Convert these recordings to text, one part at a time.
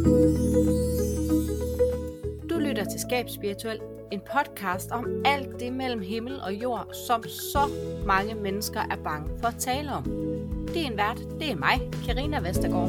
Du lytter til Skab Spirituel, en podcast om alt det mellem himmel og jord, som så mange mennesker er bange for at tale om. Det er en vært, det er mig, Karina Vestergaard.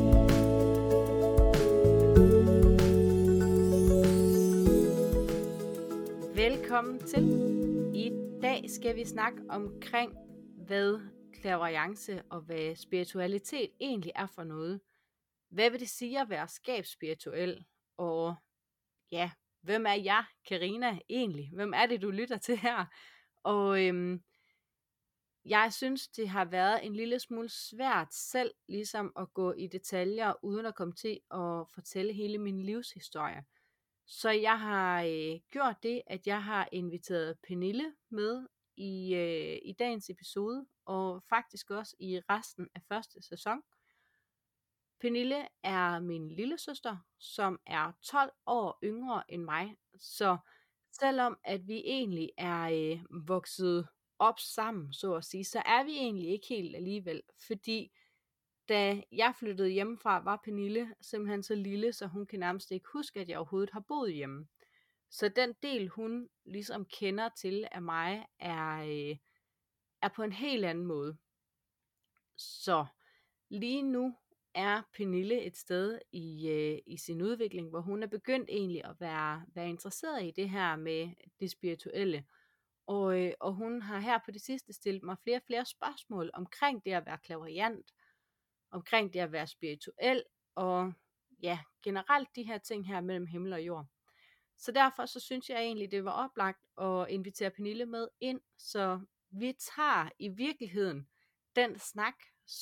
Velkommen til. I dag skal vi snakke omkring, hvad clairvoyance og hvad spiritualitet egentlig er for noget. Hvad vil det sige at være skabsspirituel? Og ja, hvem er jeg, Karina, egentlig? Hvem er det, du lytter til her? Og jeg synes, det har været en lille smule svært selv ligesom at gå i detaljer, uden at komme til at fortælle hele min livshistorie. Så jeg har gjort det, at jeg har inviteret Pernille med i dagens episode, og faktisk også i resten af første sæson. Pernille er min lillesøster, som er 12 år yngre end mig. Så selvom at vi egentlig er vokset op sammen, så at sige, så er vi egentlig ikke helt alligevel. Fordi da jeg flyttede hjemmefra, var Pernille simpelthen så lille, så hun kan nærmest ikke huske, at jeg overhovedet har boet hjemme. Så den del, hun ligesom kender til af mig, er på en helt anden måde. Så lige nu er Pernille et sted i sin udvikling, hvor hun er begyndt egentlig at være interesseret i det her med det spirituelle. Og hun har her på det sidste stillet mig flere og flere spørgsmål omkring det at være clairvoyant, omkring det at være spirituel, og ja, generelt de her ting her mellem himmel og jord. Så derfor så synes jeg egentlig, det var oplagt at invitere Pernille med ind, så vi tager i virkeligheden den snak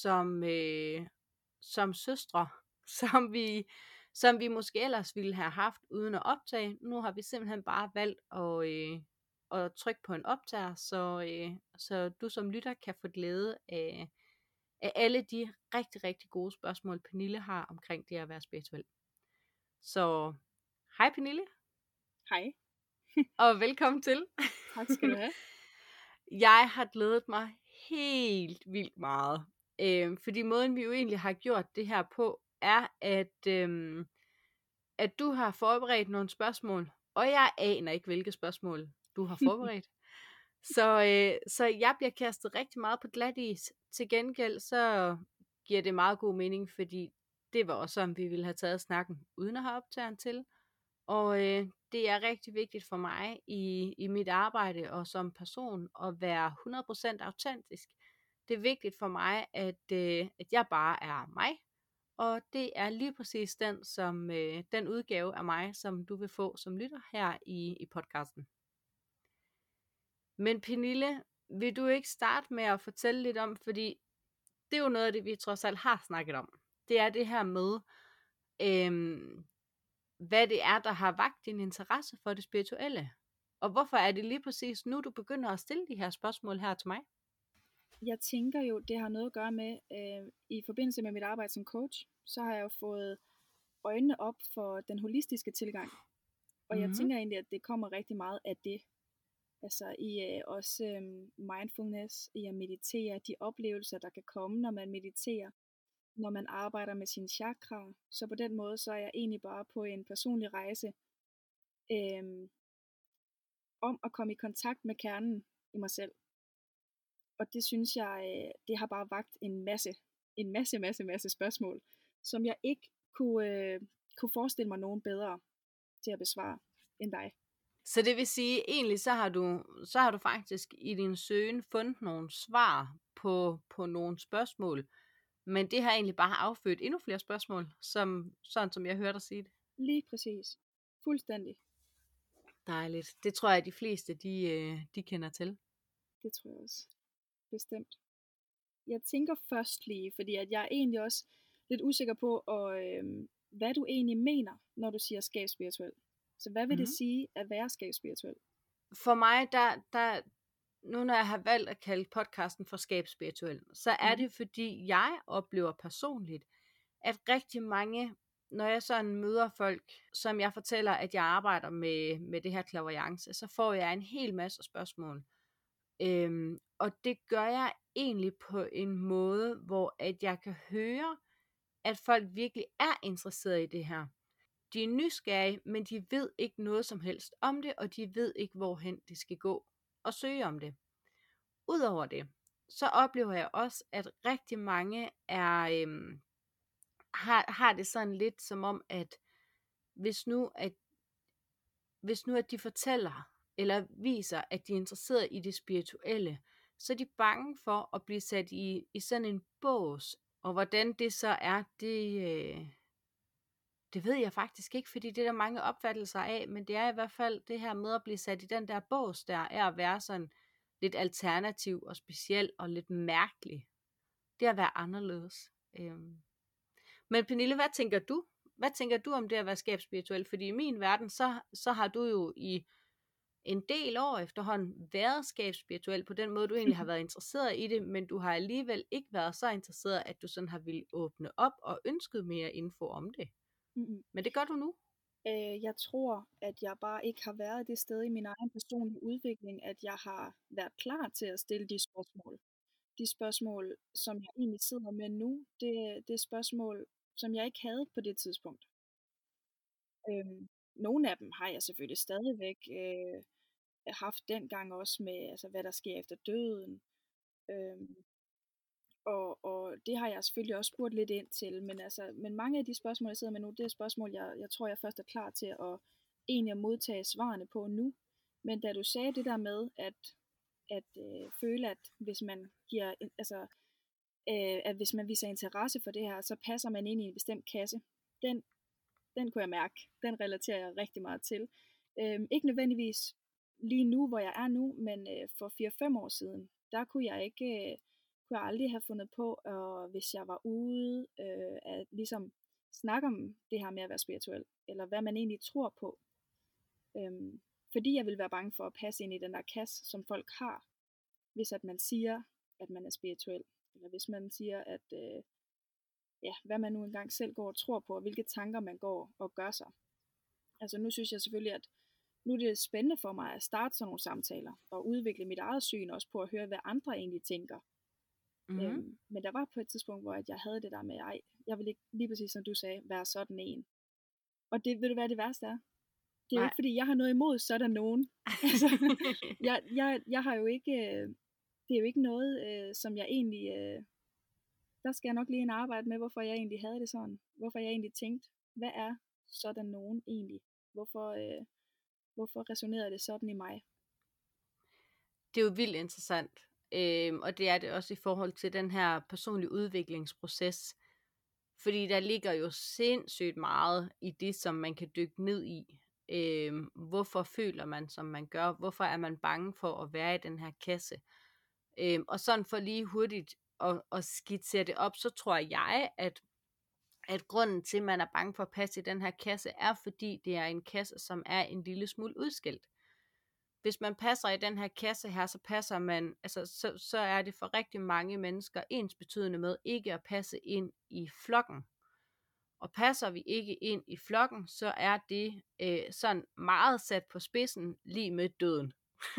som søstre, som vi måske ellers ville have haft uden at optage. Nu har vi simpelthen bare valgt at trykke på en optager, så du som lytter kan få glæde af alle de rigtig, rigtig gode spørgsmål, Pernille har omkring det at være spirituel. Så hej Pernille. Hej. Og velkommen til. Tak skal du have. Jeg har glædet mig helt vildt meget. Fordi måden vi jo egentlig har gjort det her på, er at du har forberedt nogle spørgsmål, og jeg aner ikke, hvilke spørgsmål du har forberedt. Så jeg bliver kastet rigtig meget på glatis. Til gengæld så giver det meget god mening, fordi det var også sådan, vi ville have taget snakken, uden at have optageren til. Og det er rigtig vigtigt for mig i mit arbejde og som person at være 100% autentisk. Det er vigtigt for mig, at jeg bare er mig. Og det er lige præcis den udgave af mig, som du vil få som lytter her i podcasten. Men Pernille, vil du ikke starte med at fortælle lidt om, fordi det er jo noget af det, vi trods alt har snakket om. Det er det her med, hvad det er, der har vakt din interesse for det spirituelle. Og hvorfor er det lige præcis nu, du begynder at stille de her spørgsmål her til mig? Jeg tænker jo, det har noget at gøre med, i forbindelse med mit arbejde som coach, så har jeg jo fået øjnene op for den holistiske tilgang. Og jeg tænker egentlig, at det kommer rigtig meget af det. Altså i også mindfulness, i at meditere, de oplevelser, der kan komme, når man mediterer, når man arbejder med sine chakraer. Så på den måde, så er jeg egentlig bare på en personlig rejse om at komme i kontakt med kernen i mig selv. Og det synes jeg, det har bare vakt en masse spørgsmål, som jeg ikke kunne forestille mig nogen bedre til at besvare end dig. Så det vil sige, egentlig så har du faktisk i din søgen fundet nogle svar på nogle spørgsmål, men det har egentlig bare affødt endnu flere spørgsmål, sådan som jeg hørte dig sige det. Lige præcis. Fuldstændig. Dejligt. Det tror jeg, de fleste de kender til. Det tror jeg også. Bestemt. Jeg tænker først lige, fordi at jeg er egentlig også lidt usikker på, hvad du egentlig mener, når du siger skabsspirituel. Så hvad vil det sige at være skabsspirituel? For mig, der nu når jeg har valgt at kalde podcasten for skabsspirituel, så er det fordi jeg oplever personligt, at rigtig mange, når jeg sådan møder folk, som jeg fortæller, at jeg arbejder med det her clairvoyance, så får jeg en hel masse spørgsmål. Og det gør jeg egentlig på en måde, hvor at jeg kan høre, at folk virkelig er interesseret i det her. de er nysgerrige, men de ved ikke noget som helst om det, og de ved ikke, hvorhen de skal gå og søge om det. Udover det, så oplever jeg også, at rigtig mange har det sådan lidt som om, at hvis nu at de fortæller eller viser, at de er interesseret i det spirituelle, så er de bange for at blive sat i sådan en bås. Og hvordan det så er, det ved jeg faktisk ikke, fordi det er der mange opfattelser af, men det er i hvert fald det her med at blive sat i den der bås, der er at være sådan lidt alternativ og speciel og lidt mærkelig. Det er at være anderledes. Men Pernille, hvad tænker du? Hvad tænker du om det at være skabsspirituel? Fordi i min verden, så har du jo i en del år efterhånden været skabsspirituel på den måde, du egentlig har været interesseret i det, men du har alligevel ikke været så interesseret, at du sådan har ville åbne op og ønsket mere info om det. Mm-hmm. Men det gør du nu? Jeg tror, at jeg bare ikke har været det sted i min egen personlige udvikling, at jeg har været klar til at stille de spørgsmål. De spørgsmål, som jeg egentlig sidder med nu, det er spørgsmål, som jeg ikke havde på det tidspunkt. Nogle af dem har jeg selvfølgelig stadigvæk haft dengang også med, altså hvad der sker efter døden. Og det har jeg selvfølgelig også spurgt lidt ind til, men mange af de spørgsmål, jeg sidder med nu, det er spørgsmål, jeg tror, jeg først er klar til at egentlig modtage svarene på nu. Men da du sagde det der med, at føle, at hvis man giver, at hvis man viser interesse for det her, så passer man ind i en bestemt kasse. Den kunne jeg mærke, den relaterer jeg rigtig meget til. Ikke nødvendigvis lige nu, hvor jeg er nu, men for 4-5 år siden, der kunne jeg aldrig have fundet på, hvis jeg var ude, at ligesom snakke om det her med at være spirituel, eller hvad man egentlig tror på. Fordi jeg ville være bange for at passe ind i den der kasse, som folk har, hvis at man siger, at man er spirituel, eller hvis man siger, at hvad man nu engang selv går og tror på, og hvilke tanker man går og gør sig. Altså nu synes jeg selvfølgelig, at nu er det spændende for mig at starte sådan nogle samtaler, og udvikle mit eget syn også på at høre, hvad andre egentlig tænker. Mm-hmm. Men der var på et tidspunkt, hvor jeg havde det der med, jeg vil ikke, lige præcis som du sagde, være sådan en. Og det, ved du hvad det værste er? Det er jo ikke fordi, jeg har noget imod sådan nogen. Altså, jeg har jo ikke, det er jo ikke noget, som jeg egentlig, der skal jeg nok lige ind og arbejde med, hvorfor jeg egentlig havde det sådan. Hvorfor jeg egentlig tænkte, hvad er sådan nogen egentlig? Hvorfor resonerede det sådan i mig? Det er jo vildt interessant. Og det er det også i forhold til den her personlige udviklingsproces. Fordi der ligger jo sindssygt meget i det, som man kan dykke ned i. Hvorfor føler man, som man gør? Hvorfor er man bange for at være i den her kasse? Og sådan for lige hurtigt at skitsere det op, så tror jeg, at grunden til, at man er bange for at passe i den her kasse, er fordi det er en kasse, som er en lille smule udskilt. Hvis man passer i den her kasse her, så passer man, altså så er det for rigtig mange mennesker ensbetydende med ikke at passe ind i flokken. Og passer vi ikke ind i flokken, så er det sådan meget sat på spidsen lige med døden.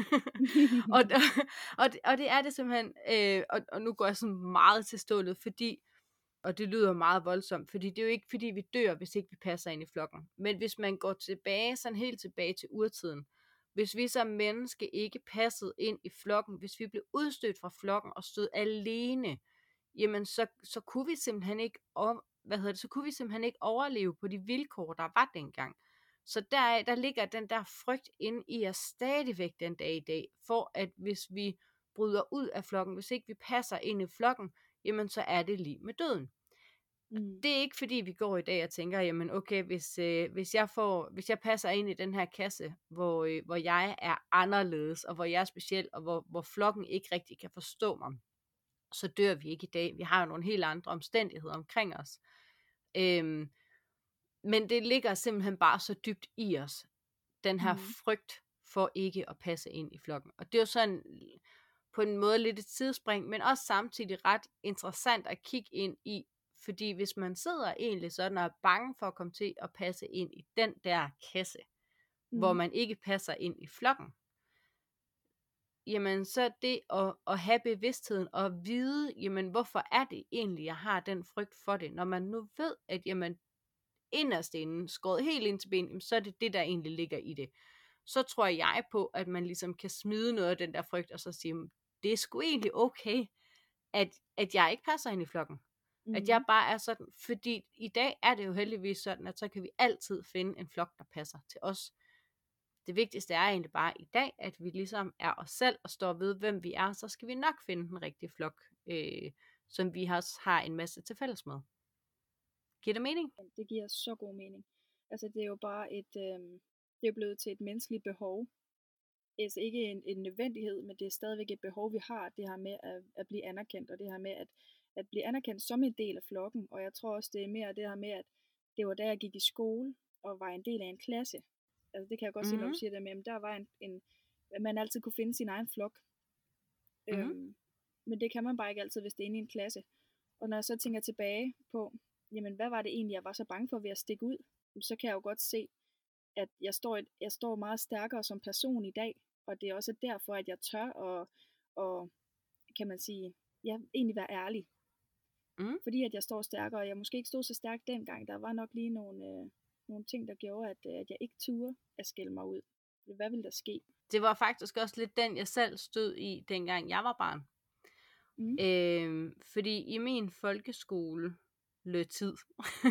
og det er det simpelthen, og nu går jeg sådan meget til stålet, fordi, og det lyder meget voldsomt, fordi det er jo ikke fordi vi dør, hvis ikke vi passer ind i flokken. Men hvis man går tilbage, sådan helt tilbage til urtiden, hvis vi som menneske ikke passede ind i flokken, hvis vi blev udstødt fra flokken og stod alene, jamen så kunne vi simpelthen ikke så kunne vi simpelthen ikke overleve på de vilkår, der var dengang. Så der ligger den der frygt inde i os stadigvæk den dag i dag, for at hvis vi bryder ud af flokken, hvis ikke vi passer ind i flokken, jamen så er det lige med døden. Det er ikke fordi vi går i dag og tænker, jamen okay, hvis jeg passer ind i den her kasse, hvor jeg er anderledes, og hvor jeg er speciel, og hvor flokken ikke rigtig kan forstå mig, så dør vi ikke i dag. Vi har jo nogle helt andre omstændigheder omkring os. Men det ligger simpelthen bare så dybt i os, den her frygt for ikke at passe ind i flokken. Og det er jo sådan på en måde lidt et sidespring, men også samtidig ret interessant at kigge ind i, fordi hvis man sidder egentlig sådan og er bange for at komme til at passe ind i den der kasse, hvor man ikke passer ind i flokken, jamen så det at have bevidstheden og vide, jamen hvorfor er det egentlig, jeg har den frygt for det, når man nu ved, at jamen inderst inde, skåret helt ind til benet, jamen, så er det det, der egentlig ligger i det. Så tror jeg på, at man ligesom kan smide noget af den der frygt, og så sige, det er sgu egentlig okay, at jeg ikke passer ind i flokken. At jeg bare er sådan, fordi i dag er det jo heldigvis sådan, at så kan vi altid finde en flok, der passer til os. Det vigtigste er egentlig bare i dag, at vi ligesom er os selv og står ved, hvem vi er, så skal vi nok finde den rigtige flok, som vi også har en masse til fælles med. Giver det mening? Det giver så god mening. Altså det er jo bare det er blevet til et menneskeligt behov. Altså ikke en nødvendighed, men det er stadigvæk et behov, vi har, det her med at blive anerkendt, og det her med at blive anerkendt som en del af flokken. Og jeg tror også, det er mere det her med, at det var da jeg gik i skole, og var en del af en klasse. Altså det kan jeg godt se, når du siger det med, at der var at man altid kunne finde sin egen flok. Men det kan man bare ikke altid, hvis det er inde i en klasse. Og når jeg så tænker tilbage på, jamen hvad var det egentlig, jeg var så bange for ved at stikke ud, så kan jeg jo godt se, at jeg står meget stærkere som person i dag, og det er også derfor, at jeg tør og kan man sige, ja, egentlig være ærlig. Fordi at jeg står stærkere, og jeg måske ikke stod så stærkt dengang. Der var nok lige nogle ting, der gjorde, at jeg ikke turde at skille mig ud. Hvad ville der ske? Det var faktisk også lidt den, jeg selv stod i, dengang jeg var barn. Fordi i min folkeskoletid,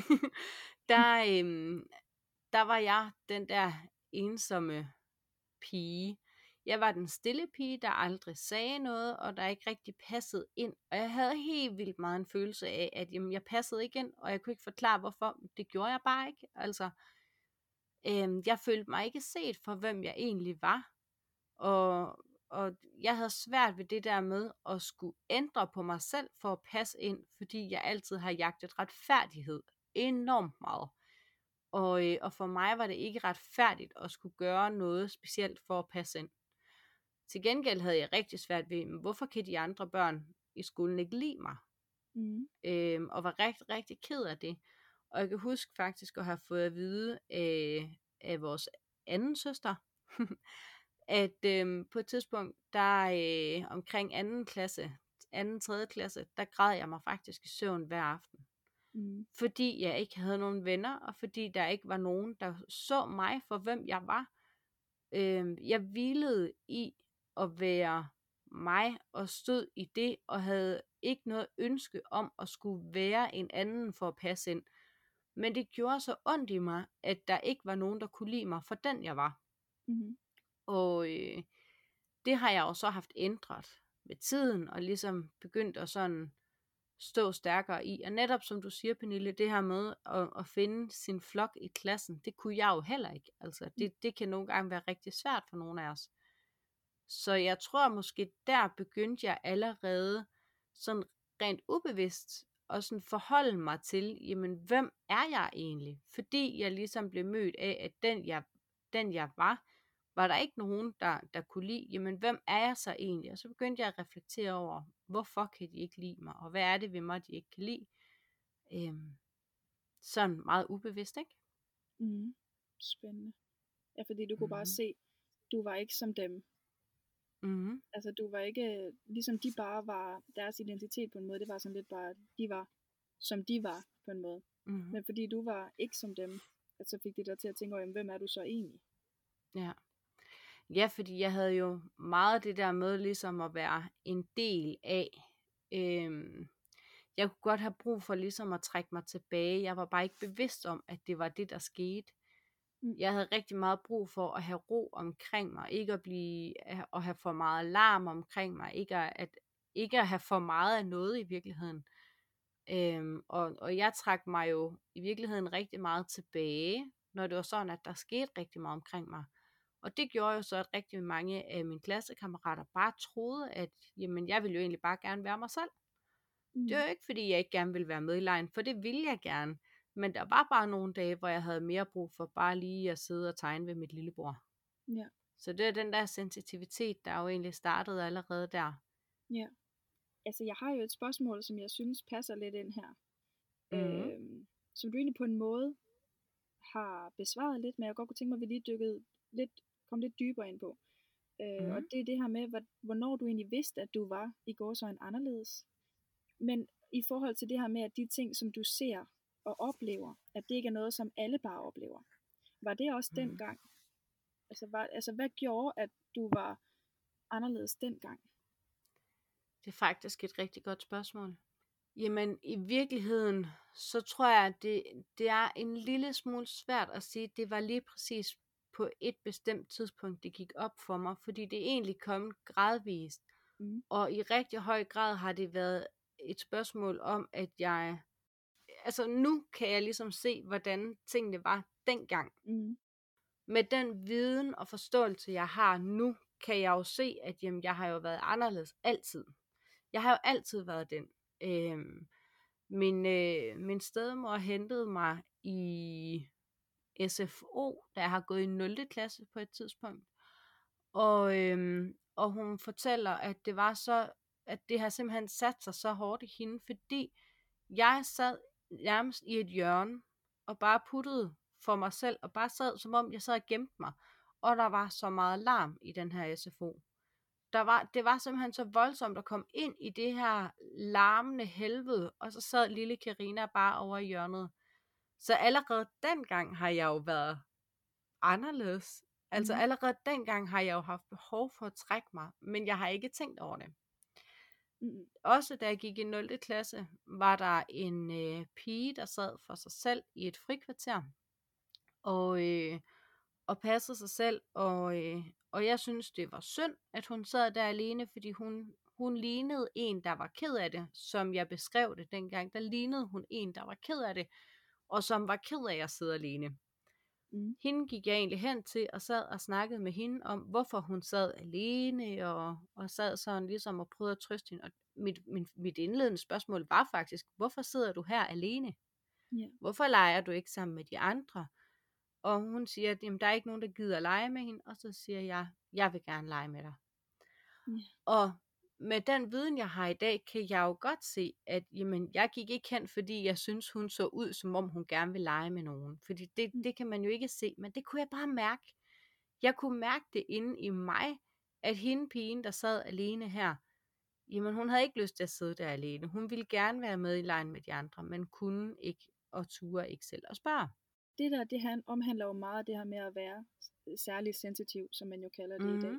der var jeg den der ensomme pige. Jeg var den stille pige, der aldrig sagde noget, og der ikke rigtig passede ind. Og jeg havde helt vildt meget en følelse af, at jamen, jeg passede ikke ind, og jeg kunne ikke forklare, hvorfor. Det gjorde jeg bare ikke. Altså, jeg følte mig ikke set for, hvem jeg egentlig var. Og jeg havde svært ved det der med at skulle ændre på mig selv for at passe ind, fordi jeg altid har jagtet retfærdighed enormt meget. Og for mig var det ikke retfærdigt at skulle gøre noget specielt for at passe ind. Til gengæld havde jeg rigtig svært ved, hvorfor kan de andre børn i skolen ikke lide mig? Og var rigtig, rigtig ked af det. Og jeg kan huske faktisk at have fået at vide af vores anden søster, at på et tidspunkt, der omkring 2. 3. klasse, der græd jeg mig faktisk i søvn hver aften. Fordi jeg ikke havde nogen venner, og fordi der ikke var nogen, der så mig for, hvem jeg var. Jeg hvilede i at være mig, og stod i det, og havde ikke noget ønske om at skulle være en anden for at passe ind. Men det gjorde så ondt i mig, at der ikke var nogen, der kunne lide mig for den, jeg var. Og det har jeg jo så haft ændret med tiden, og ligesom begyndt at sådan stå stærkere i. Og netop som du siger, Pernille, det her med at finde sin flok i klassen, det kunne jeg jo heller ikke. Altså, det kan nogle gange være rigtig svært for nogle af os. Så jeg tror måske, der begyndte jeg allerede sådan rent ubevidst at sådan forholde mig til, jamen, hvem er jeg egentlig? Fordi jeg ligesom blev mødt af, at den jeg var der ikke nogen, der kunne lide, jamen, hvem er jeg så egentlig? Og så begyndte jeg at reflektere over, hvorfor kan de ikke lide mig? Og hvad er det ved mig, de ikke kan lide? Sådan meget ubevidst, ikke? Spændende. Ja, fordi du kunne bare se, du var ikke som dem. Altså du var ikke, ligesom de bare var, deres identitet på en måde, det var sådan lidt bare, de var, som de var på en måde. Men fordi du var ikke som dem, at så fik det dig til at tænke over, hvem er du så egentlig? Ja, fordi jeg havde jo meget det der med ligesom at være en del af. Jeg kunne godt have brug for ligesom at trække mig tilbage. Jeg var bare ikke bevidst om, at det var det, der skete. Jeg havde rigtig meget brug for at have ro omkring mig, ikke at have for meget larm omkring mig, ikke at have for meget af noget i virkeligheden. Og jeg trak mig jo i virkeligheden rigtig meget tilbage, når det var sådan, at der skete rigtig meget omkring mig. Og det gjorde jo så, at rigtig mange af mine klassekammerater bare troede, at jamen, jeg ville jo egentlig bare gerne være mig selv. Det var jo ikke, fordi jeg ikke gerne ville være med i legen, for det ville jeg gerne. Men der var bare nogle dage, hvor jeg havde mere brug for bare lige at sidde og tegne ved mit lillebror. Ja. Så det er den der sensitivitet, der jo egentlig startede allerede der. Ja. Altså jeg har jo et spørgsmål, som jeg synes passer lidt ind her. Som du egentlig på en måde har besvaret lidt, men jeg godt kunne tænke mig, at vi lige kom lidt dybere ind på. Og det er det her med, hvornår du egentlig vidste, at du var i gåseøjne anderledes. Men i forhold til det her med, at de ting, som du ser og oplever, at det ikke er noget, som alle bare oplever. Var det også dengang? Altså, hvad gjorde, at du var anderledes dengang? Det er faktisk et rigtig godt spørgsmål. Jamen, i virkeligheden, så tror jeg, at det er en lille smule svært at sige, det var lige præcis på et bestemt tidspunkt, det gik op for mig, fordi det er egentlig kommet gradvist. Og i rigtig høj grad har det været et spørgsmål om, at nu kan jeg ligesom se, hvordan tingene var dengang. Med den viden og forståelse, jeg har nu, kan jeg jo se, at jamen, jeg har jo været anderledes altid. Jeg har jo altid været den. Min stedmor hentede mig i SFO, da jeg har gået i 0. klasse på et tidspunkt. Og hun fortæller, at det var så, at det har simpelthen sat sig så hårdt i hende, fordi jeg sad nærmest i et hjørne og bare puttede for mig selv, og bare sad, som om jeg sad og gemte mig. Og der var så meget larm i den her SFO. Det var simpelthen så voldsomt at komme ind i det her larmende helvede, og så sad lille Karina bare over i hjørnet. Så allerede dengang har jeg jo været anderledes. Altså allerede dengang har jeg jo haft behov for at trække mig, men jeg har ikke tænkt over det. Også da jeg gik i 0. klasse, var der en pige, der sad for sig selv i et frikvarter, og passede sig selv, og jeg synes, det var synd, at hun sad der alene, fordi hun lignede en, der var ked af det, som jeg beskrev det dengang. Der lignede hun en, der var ked af det, og som var ked af at sidde alene. Hende gik jeg egentlig hen til, og sad og snakkede med hende om, hvorfor hun sad alene, og sad sådan ligesom og prøvede at trøste hende. Og mit indledende spørgsmål var faktisk, hvorfor sidder du her alene? Yeah. Hvorfor leger du ikke sammen med de andre? Og hun siger, at jamen, der er ikke nogen, der gider at lege med hende. Og så siger jeg vil gerne lege med dig. Yeah. Og med den viden, jeg har i dag, kan jeg jo godt se, at jamen, jeg gik ikke hen, fordi jeg synes, hun så ud, som om hun gerne vil lege med nogen. Fordi det kan man jo ikke se, men det kunne jeg bare mærke. Jeg kunne mærke det inde i mig, at hende pigen, der sad alene her, jamen hun havde ikke lyst til at sidde der alene. Hun ville gerne være med i lejen med de andre, men kunne ikke og turde ikke selv at spørge. Det omhandler jo meget det her med at være særligt sensitiv, som man jo kalder det i dag.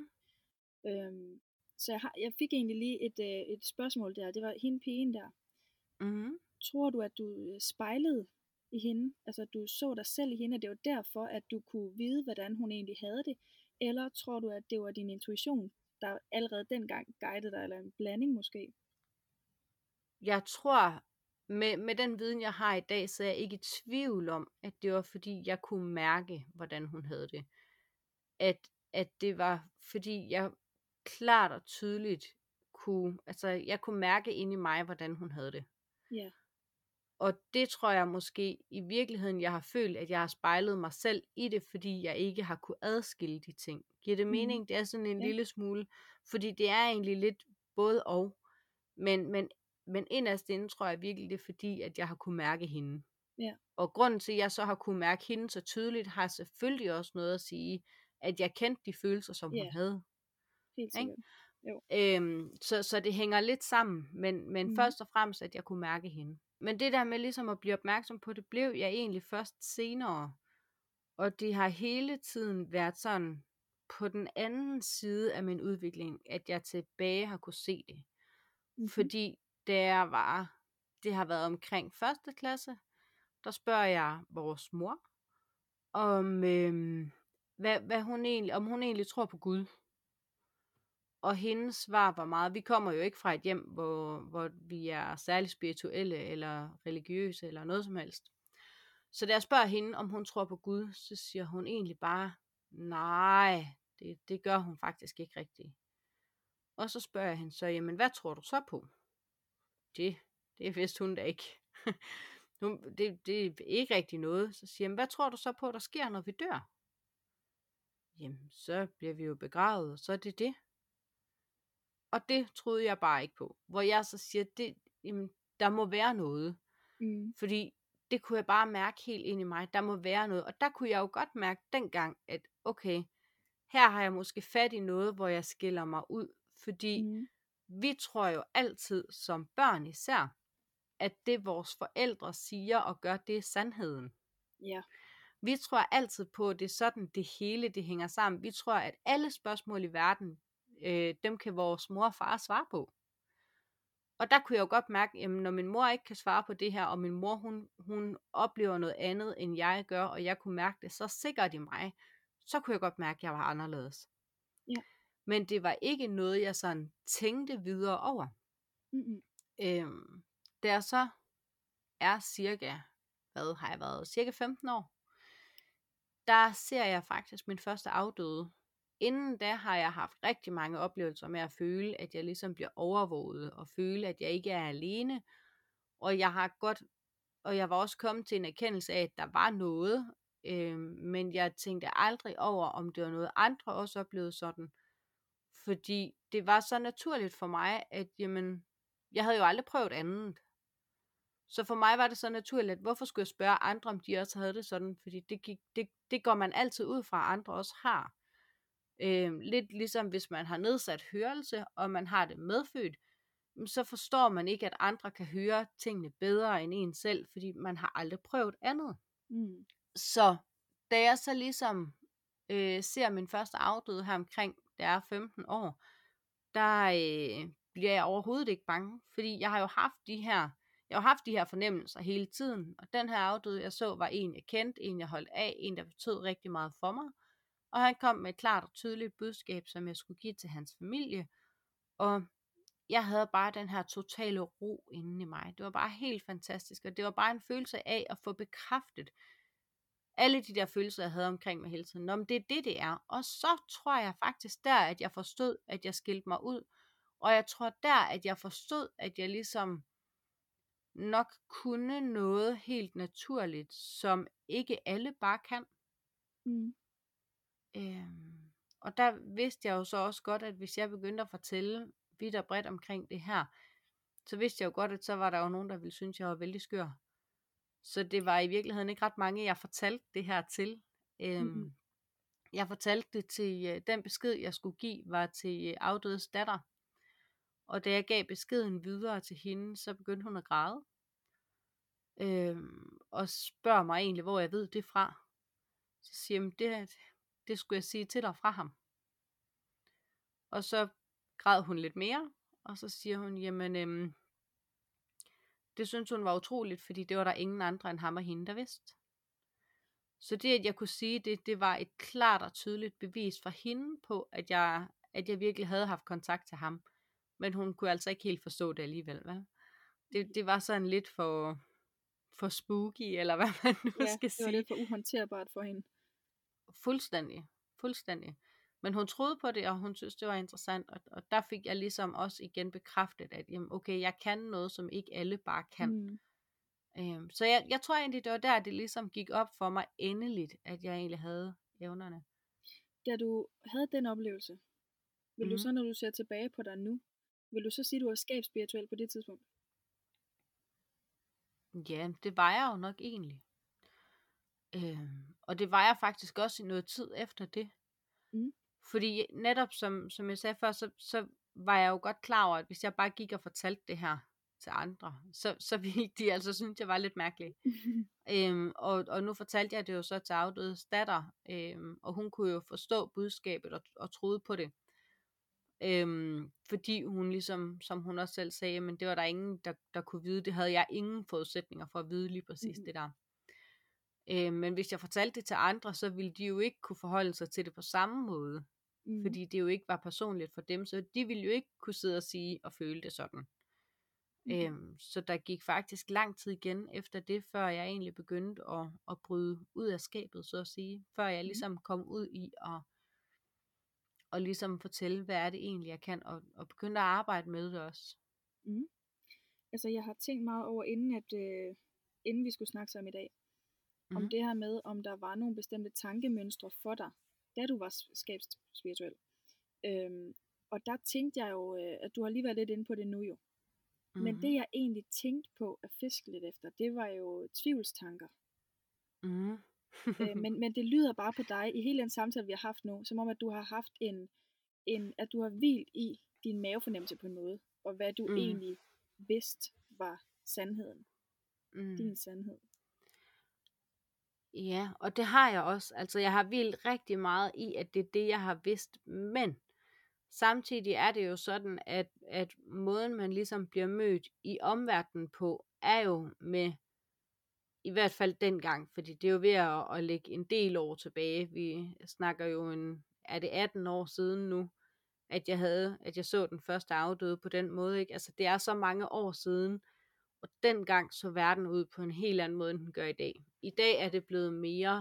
Så jeg fik egentlig lige et spørgsmål der. Det var hende pigen der. Tror du, at du spejlede i hende? Altså du så dig selv i hende, og det var derfor, at du kunne vide, hvordan hun egentlig havde det? Eller tror du, at det var din intuition, der allerede dengang guidede dig, eller en blanding måske? Jeg tror, med den viden, jeg har i dag, så er jeg ikke i tvivl om, at det var fordi, jeg kunne mærke, hvordan hun havde det. At det var fordi, jeg klart og tydeligt jeg kunne mærke inde i mig, hvordan hun havde det. Ja. Og det tror jeg måske i virkeligheden, jeg har følt, at jeg har spejlet mig selv i det, fordi jeg ikke har kunne adskille de ting. Giver det mening? Det er sådan en lille smule, fordi det er egentlig lidt både og. Men inderst inde tror jeg virkelig, det er fordi, at jeg har kunne mærke hende. Ja. Og grunden til, at jeg så har kunne mærke hende så tydeligt, har selvfølgelig også noget at sige, at jeg kendte de følelser, som hun havde. Helt sikkert. Jo. Så det hænger lidt sammen, men først og fremmest, at jeg kunne mærke hende. Men det der med ligesom at blive opmærksom på, det blev jeg egentlig først senere. Og det har hele tiden været sådan på den anden side af min udvikling, at jeg tilbage har kunne se det. Fordi det har været omkring 1. klasse, der spørger jeg vores mor, om om hun egentlig tror på Gud. Og hendes svar var meget, vi kommer jo ikke fra et hjem, hvor vi er særlig spirituelle eller religiøse eller noget som helst. Så da jeg spørger hende, om hun tror på Gud, så siger hun egentlig bare, nej, det gør hun faktisk ikke rigtigt. Og så spørger jeg hende så, jamen hvad tror du så på? Det vidste hun da ikke. Det er ikke rigtig noget. Så siger jeg, hvad tror du så på, der sker, når vi dør? Jamen, så bliver vi jo begravet, og så er det det. Og det troede jeg bare ikke på. Hvor jeg så siger, jamen, der må være noget. Fordi det kunne jeg bare mærke helt ind i mig. Der må være noget. Og der kunne jeg jo godt mærke dengang, at okay, her har jeg måske fat i noget, hvor jeg skiller mig ud. Fordi vi tror jo altid, som børn især, at det vores forældre siger og gør, det er sandheden. Ja. Vi tror altid på, at det er sådan, det hele det hænger sammen. Vi tror, at alle spørgsmål i verden, dem kan vores mor og far svare på. Og der kunne jeg jo godt mærke, jamen, når min mor ikke kan svare på det her, og min mor hun oplever noget andet, end jeg gør, og jeg kunne mærke det så sikkert i mig, så kunne jeg godt mærke, at jeg var anderledes. Ja. Men det var ikke noget, jeg sådan tænkte videre over. Da jeg så er cirka, hvad har jeg været, cirka 15 år, der ser jeg faktisk min første afdøde. Inden da har jeg haft rigtig mange oplevelser med at føle, at jeg ligesom bliver overvåget, og føle, at jeg ikke er alene. Og jeg var også kommet til en erkendelse af, at der var noget, men jeg tænkte aldrig over, om det var noget andre også oplevede sådan. Fordi det var så naturligt for mig, at jamen, jeg havde jo aldrig prøvet andet. Så for mig var det så naturligt, at hvorfor skulle jeg spørge andre, om de også havde det sådan? Fordi det går man altid ud fra, at andre også har. Lidt ligesom hvis man har nedsat hørelse, og man har det medfødt, så forstår man ikke, at andre kan høre tingene bedre end en selv, fordi man har aldrig prøvet andet. Så da jeg så ligesom ser min første afdøde her omkring, da jeg er 15 år, der bliver jeg overhovedet ikke bange, fordi jeg har jo haft de her fornemmelser hele tiden, og den her afdøde, jeg så, var en, jeg kendte, en, jeg holdt af, en, der betød rigtig meget for mig, og han kom med et klart og tydeligt budskab, som jeg skulle give til hans familie, og jeg havde bare den her totale ro inde i mig. Det var bare helt fantastisk, og det var bare en følelse af at få bekræftet alle de der følelser, jeg havde omkring mig hele tiden. Nå, men det er det er. Og så tror jeg faktisk der, at jeg forstod, at jeg skilte mig ud. Og jeg tror der, at jeg forstod, at jeg ligesom nok kunne noget helt naturligt, som ikke alle bare kan. Og der vidste jeg jo så også godt, at hvis jeg begyndte at fortælle vidt og bredt omkring det her, så vidste jeg jo godt, at så var der jo nogen, der ville synes, jeg var vældig skør. Så det var i virkeligheden ikke ret mange, jeg fortalte det her til. Jeg fortalte det til, den besked, jeg skulle give, var til afdødes datter. Og da jeg gav beskeden videre til hende, så begyndte hun at græde. Og spørger mig egentlig, hvor jeg ved det fra. Så siger jeg, det skulle jeg sige til dig fra ham. Og så græd hun lidt mere, og så siger hun, jamen, det synes hun var utroligt, fordi det var der ingen andre end ham og hende, der vidste. Så det, at jeg kunne sige det var et klart og tydeligt bevis for hende på, at jeg virkelig havde haft kontakt til ham. Men hun kunne altså ikke helt forstå det alligevel, vel? Det var sådan lidt for spooky, eller hvad man nu skal sige. Ja, det var lidt for uhåndterbart for hende. Fuldstændig. Men hun troede på det, og hun synes, det var interessant. Og der fik jeg ligesom også igen bekræftet, at jamen, okay, jeg kan noget, som ikke alle bare kan. Så jeg tror egentlig, det var der, det ligesom gik op for mig endeligt, at jeg egentlig havde evnerne. Da du havde den oplevelse, vil du så, når du ser tilbage på dig nu, vil du så sige, at du var skabsspirituel på det tidspunkt? Ja, det var jeg jo nok egentlig. Og det var jeg faktisk også i noget tid efter det. Fordi netop som jeg sagde før, så var jeg jo godt klar over, at hvis jeg bare gik og fortalte det her til andre, så ville de altså synes, jeg var lidt mærkelig. Og nu fortalte jeg det jo så til afdødes datter, og hun kunne jo forstå budskabet og troede på det. Fordi hun ligesom, som hun også selv sagde, men det var der ingen, der kunne vide. Det havde jeg ingen forudsætninger for at vide lige præcis det der. Men hvis jeg fortalte det til andre, så ville de jo ikke kunne forholde sig til det på samme måde. Fordi det jo ikke var personligt for dem, så de ville jo ikke kunne sidde og sige og føle det sådan. Så der gik faktisk lang tid igen efter det, før jeg egentlig begyndte at bryde ud af skabet, så at sige. Før jeg ligesom kom ud i og ligesom fortælle, hvad er det egentlig, jeg kan, og begynde at arbejde med det også. Altså, jeg har tænkt meget over, inden vi skulle snakke sammen i dag, om det her med, om der var nogle bestemte tankemønstre for dig, da du var skabsspirituel. Og der tænkte jeg jo, at du har lige været lidt inde på det nu jo. Men det jeg egentlig tænkte på at fiske lidt efter, det var jo tvivlstanker. Men det lyder bare på dig, i hele den samtale vi har haft nu, som om at du har haft at du har hvilt i din mavefornemmelse på en måde, og hvad du egentlig vidste var sandheden. Din sandhed. Ja, og det har jeg også. Altså, jeg har vildt rigtig meget i, at det er det, jeg har vidst. Men samtidig er det jo sådan, at måden, man ligesom bliver mødt i omverdenen på, er jo med, i hvert fald dengang, fordi det er jo ved at lægge en del år tilbage. Vi snakker jo er det 18 år siden nu, at jeg så den første afdøde på den måde, ikke? Altså, det er så mange år siden, og dengang så verden ud på en helt anden måde, end den gør i dag. I dag er det blevet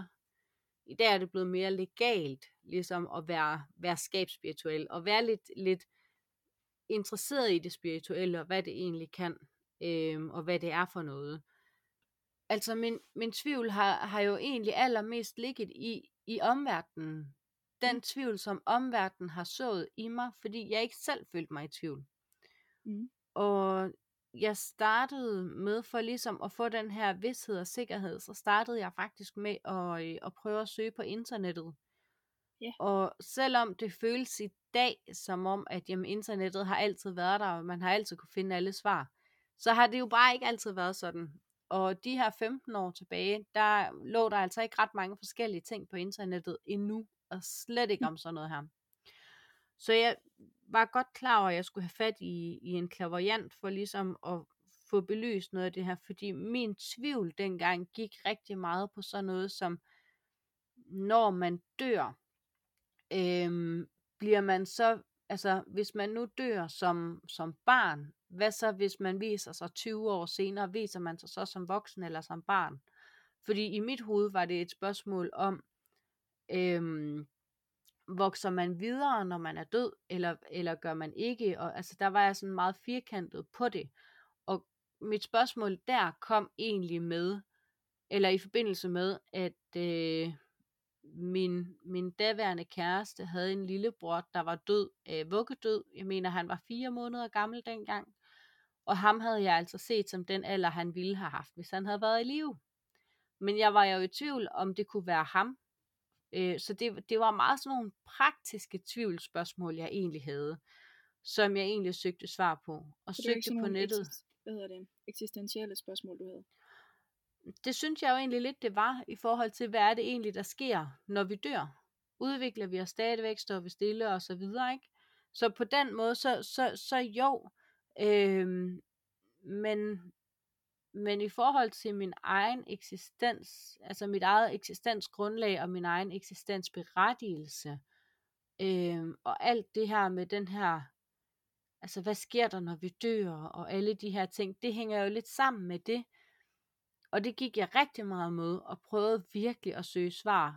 mere legalt, ligesom at være skabsspirituel, og være lidt interesseret i det spirituelle, og hvad det egentlig kan, og hvad det er for noget. Altså min tvivl har jo egentlig allermest ligget i omverdenen. Den tvivl, som omverdenen har sået i mig, fordi jeg ikke selv følte mig i tvivl. Og jeg startede med, for ligesom at få den her vished og sikkerhed, så startede jeg faktisk med at prøve at søge på internettet. Yeah. Og selvom det føles i dag som om, at internettet har altid været der, og man har altid kunne finde alle svar, så har det jo bare ikke altid været sådan. Og de her 15 år tilbage, der lå der altså ikke ret mange forskellige ting på internettet endnu, og slet ikke om sådan noget her. Så jeg var godt klar over, at jeg skulle have fat i en clairvoyant for ligesom at få belyst noget af det her, fordi min tvivl dengang gik rigtig meget på sådan noget som, når man dør, bliver man så, altså hvis man nu dør som barn, hvad så hvis man viser sig 20 år senere, viser man sig så som voksen eller som barn? Fordi i mit hoved var det et spørgsmål om, vokser man videre, når man er død, eller gør man ikke? Og altså der var jeg sådan meget firkantet på det. Og mit spørgsmål der kom egentlig med, eller i forbindelse med, at min daværende kæreste havde en lillebror, der var død, vuggedød. Jeg mener, han var 4 måneder gammel dengang. Og ham havde jeg altså set som den alder, han ville have haft, hvis han havde været i live. Men jeg var jo i tvivl, om det kunne være ham. Så det var meget sådan nogle praktiske tvivlsspørgsmål, jeg egentlig havde, som jeg egentlig søgte svar på. Og søgte på nettet. Eksistentielle spørgsmål, du havde? Det synes jeg jo egentlig lidt, det var, i forhold til, hvad er det egentlig, der sker, når vi dør? Udvikler vi os stadigvæk, står vi stille og så videre, ikke? Så på den måde, så jo. Men i forhold til min egen eksistens, altså mit eget eksistensgrundlag og min egen eksistensberettigelse, og alt det her med den her, altså hvad sker der, når vi dør, og alle de her ting, det hænger jo lidt sammen med det. Og det gik jeg rigtig meget med, og prøvede virkelig at søge svar.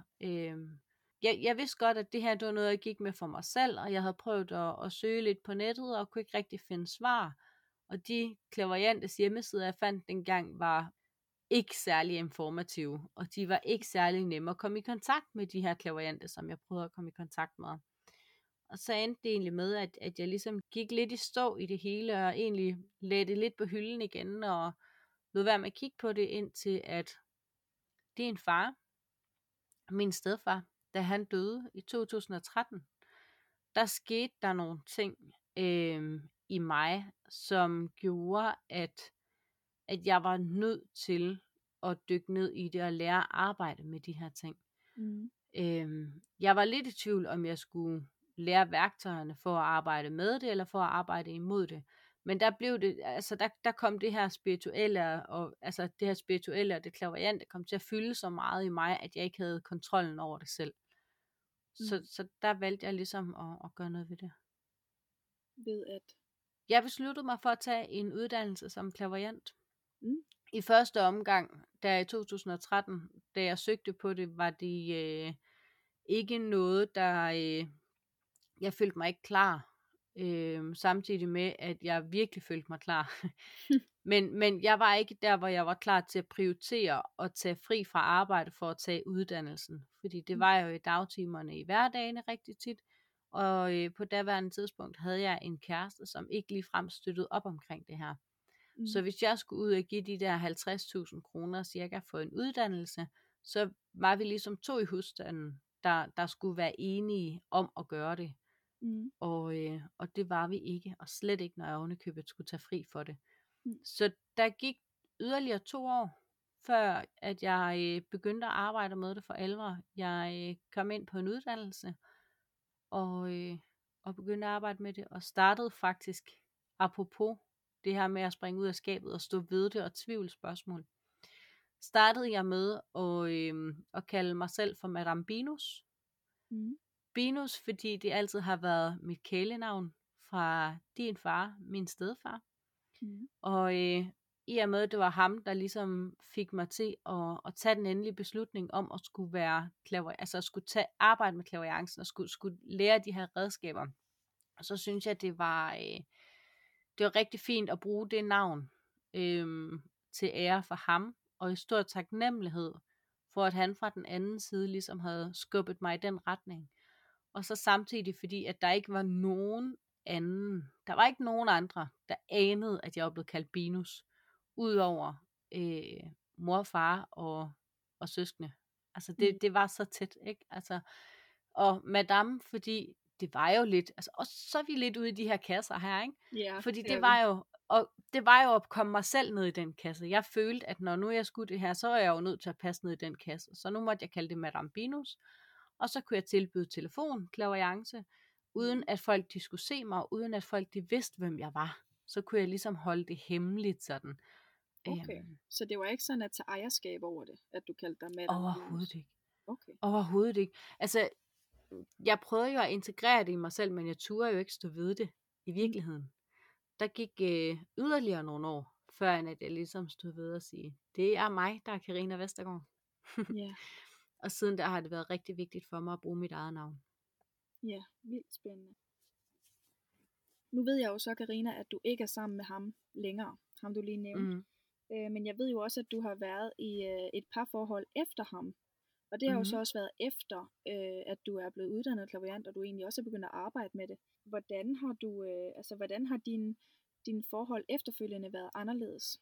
Jeg vidste godt, at det her det var noget, jeg gik med for mig selv, og jeg havde prøvet at søge lidt på nettet, og kunne ikke rigtig finde svar. Og de clairvoyantes hjemmesider, jeg fandt dengang, var ikke særlig informative, og de var ikke særlig nemme at komme i kontakt med, de her clairvoyantes, som jeg prøvede at komme i kontakt med. Og så endte det egentlig med, at jeg ligesom gik lidt i stå i det hele, og egentlig lagde det lidt på hylden igen, og lod være med at kigge på det, indtil at din far, min stedfar, da han døde i 2013, der skete der nogle ting i mig, som gjorde, at jeg var nødt til at dykke ned i det og lære at arbejde med de her ting. Jeg var lidt i tvivl, om jeg skulle lære værktøjerne for at arbejde med det, eller for at arbejde imod det. Men der blev det, altså der kom det her spirituelle, og altså det her spirituelle og det clairvoyante kom til at fylde så meget i mig, at jeg ikke havde kontrollen over det selv. Så der valgte jeg ligesom at gøre noget ved det. Ved at? Jeg besluttede mig for at tage en uddannelse som clairvoyant. I første omgang, der i 2013, da jeg søgte på det, var det ikke noget, der jeg følte mig ikke klar. Samtidig med, at jeg virkelig følte mig klar. men jeg var ikke der, hvor jeg var klar til at prioritere og tage fri fra arbejde for at tage uddannelsen. Fordi det var jo i dagtimerne i hverdagene rigtig tit. Og på daværende tidspunkt havde jeg en kæreste, som ikke ligefrem støttede op omkring det her. Så hvis jeg skulle ud og give de der 50.000 kroner cirka for en uddannelse, så var vi ligesom 2 i husstanden, der skulle være enige om at gøre det. Og det var vi ikke, og slet ikke, når jeg ovenikøbet skulle tage fri for det. Så der gik yderligere 2 år, før at jeg begyndte at arbejde med det for alvor. Jeg kom ind på en uddannelse, og begyndte at arbejde med det, og startede faktisk, apropos det her med at springe ud af skabet og stå ved det og tvivlsspørgsmål, startede jeg med at kalde mig selv for Madame Binus. Binus, fordi det altid har været mit kælenavn fra din far, min stedfar. Og i og med, at det var ham, der ligesom fik mig til at tage den endelige beslutning om at skulle være altså at skulle arbejde med clairvoyancen og skulle lære de her redskaber. Og så synes jeg, det var rigtig fint at bruge det navn til ære for ham, og i stor taknemmelighed for, at han fra den anden side ligesom havde skubbet mig i den retning. Og så samtidig fordi, at der ikke var nogen andre, der anede, at jeg var blevet kaldt Binus, udover mor, far og søskende. Altså det var så tæt, ikke? Altså, og madame, fordi det var jo lidt, altså, og så er vi lidt ude i de her kasser her, ikke? Ja, fordi det var jo at komme mig selv ned i den kasse. Jeg følte, at når nu jeg skulle det her, så var jeg jo nødt til at passe ned i den kasse. Så nu måtte jeg kalde det Madame Binus. Og så kunne jeg tilbyde telefon, clairvoyance, uden at folk de skulle se mig, uden at folk de vidste, hvem jeg var. Så kunne jeg ligesom holde det hemmeligt sådan. Okay, så det var ikke sådan at tage ejerskab over det, at du kaldte dig Madame Binus? Overhovedet ikke. Okay. Overhovedet ikke. Altså, jeg prøvede jo at integrere det i mig selv, men jeg turde jo ikke stå ved det i virkeligheden. Der gik yderligere nogle år, før at jeg ligesom stod ved at sige, det er mig, der er Karina Vestergaard. Ja. Og siden der har det været rigtig vigtigt for mig at bruge mit eget navn. Ja, vildt spændende. Nu ved jeg jo så, Karina, at du ikke er sammen med ham længere, ham du lige nævnte. Men jeg ved jo også, at du har været i et parforhold efter ham. Og det har jo så også været efter, at du er blevet uddannet clairvoyant, og du egentlig også er begyndt at arbejde med det. Hvordan har du, hvordan har din forhold efterfølgende været anderledes?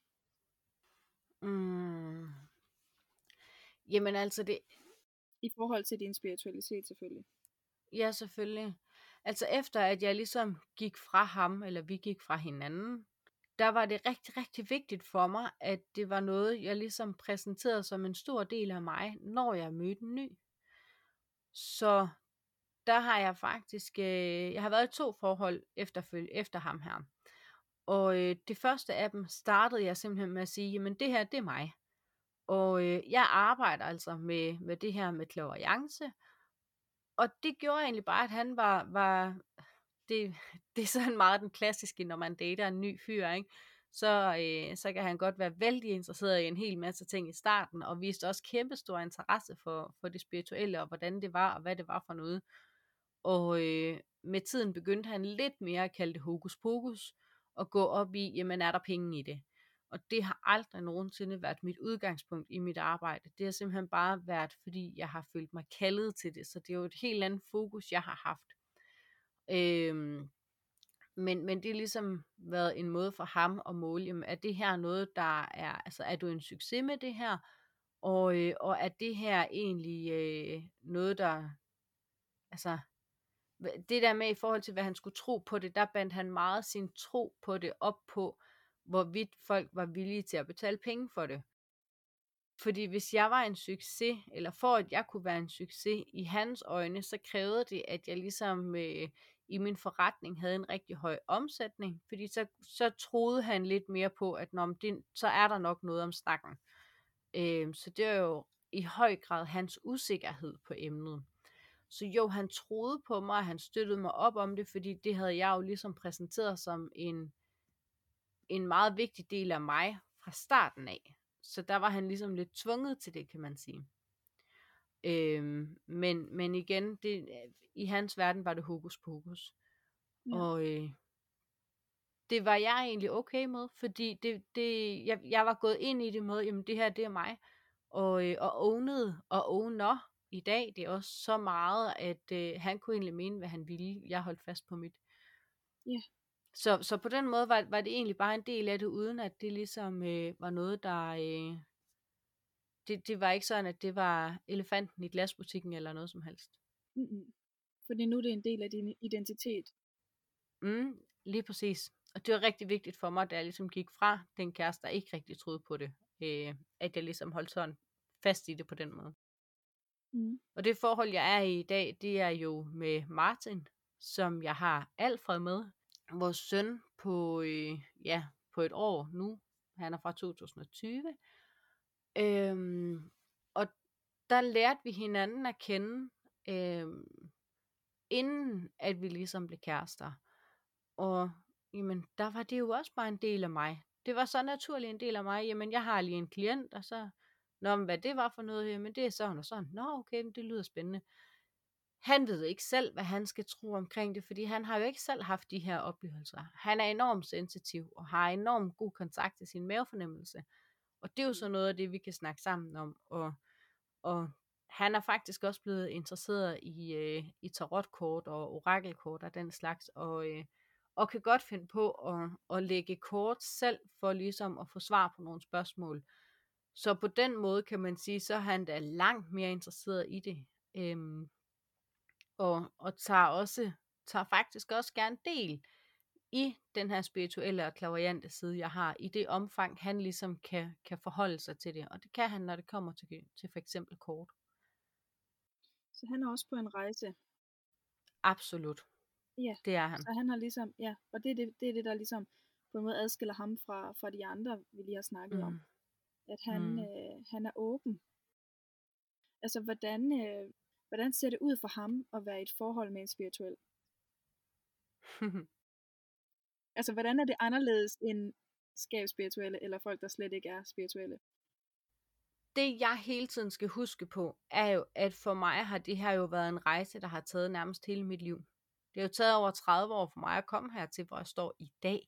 Jamen altså det... I forhold til din spiritualitet selvfølgelig. Ja, selvfølgelig. Altså efter at jeg ligesom gik fra ham, eller vi gik fra hinanden, der var det rigtig, rigtig vigtigt for mig, at det var noget, jeg ligesom præsenterede som en stor del af mig, når jeg mødte en ny. Så der har jeg faktisk, jeg har været i 2 forhold efter ham her. Og det første af dem startede jeg simpelthen med at sige, jamen det her, det er mig. Og jeg arbejder altså med det her med clairvoyance. Og det gjorde egentlig bare, at han var det er sådan meget den klassiske, når man dater en ny fyr, ikke? Så kan han godt være vældig interesseret i en hel masse ting i starten, og viste også kæmpe stor interesse for det spirituelle, og hvordan det var, og hvad det var for noget. Og med tiden begyndte han lidt mere at kalde det hokus pokus, og gå op i, jamen er der penge i det? Og det har aldrig nogensinde været mit udgangspunkt i mit arbejde. Det har simpelthen bare været, fordi jeg har følt mig kaldet til det. Så det er jo et helt andet fokus, jeg har haft. Men det har ligesom været en måde for ham at måle, jamen, er det her noget, der er, altså er du en succes med det her? Og er det her egentlig noget, der, altså, det der med i forhold til, hvad han skulle tro på det, der bandt han meget sin tro på det op på, hvorvidt folk var villige til at betale penge for det. Fordi hvis jeg var en succes, eller for at jeg kunne være en succes i hans øjne, så krævede det, at jeg ligesom i min forretning havde en rigtig høj omsætning, fordi så troede han lidt mere på, at så er der nok noget om snakken. Så det er jo i høj grad hans usikkerhed på emnet. Så jo, han troede på mig, og han støttede mig op om det, fordi det havde jeg jo ligesom præsenteret som en meget vigtig del af mig fra starten af. Så der var han ligesom lidt tvunget til det, kan man sige. Men igen, i hans verden var det hokus pokus. Ja. Og det var jeg egentlig okay med, fordi jeg var gået ind i det med, jamen det her, det er mig. Og owner i dag, det er også så meget, at han kunne egentlig mene, hvad han ville. Jeg holdt fast på mit. Ja. Så på den måde var det egentlig bare en del af det, uden at det ligesom var noget, der... Det var ikke sådan, at det var elefanten i glasbutikken eller noget som helst. Fordi nu er det en del af din identitet. Lige præcis. Og det var rigtig vigtigt for mig, da jeg ligesom gik fra den kæreste, der ikke rigtig troede på det, at jeg ligesom holdt sådan fast i det på den måde. Mm. Og det forhold, jeg er i dag, det er jo med Martin, som jeg har Alfred med. Vores søn på, på et år nu. Han er fra 2020. Og der lærte vi hinanden at kende, inden at vi ligesom blev kærester. Og jamen, der var det jo også bare en del af mig. Det var så naturligt en del af mig. Jamen, jeg har lige en klient, og så, men hvad det var for noget, jamen det er sådan og sådan. Nå, okay, men det lyder spændende. Han ved ikke selv, hvad han skal tro omkring det, fordi han har jo ikke selv haft de her oplevelser. Han er enormt sensitiv, og har enormt god kontakt til sin mavefornemmelse. Og det er jo så noget af det, vi kan snakke sammen om. Og han er faktisk også blevet interesseret i tarotkort og orakelkort og den slags, og kan godt finde på at lægge kort selv, for ligesom at få svar på nogle spørgsmål. Så på den måde kan man sige, så er han da langt mere interesseret i det. Og tager faktisk også gerne del i den her spirituelle og clairvoyante side, jeg har, i det omfang, han ligesom kan forholde sig til det. Og det kan han, når det kommer til for eksempel kort. Så han er også på en rejse. Absolut. Ja, det er han. Så han har ligesom, ja, og det er det, der ligesom på en måde adskiller ham fra de andre, vi lige har snakket om. At han er åben. Altså, hvordan ser det ud for ham at være i et forhold med en spirituel? Altså, hvordan er det anderledes end skabsspirituelle, eller folk, der slet ikke er spirituelle? Det, jeg hele tiden skal huske på, er jo, at for mig har det her jo været en rejse, der har taget nærmest hele mit liv. Det har jo taget over 30 år for mig at komme hertil, hvor jeg står i dag.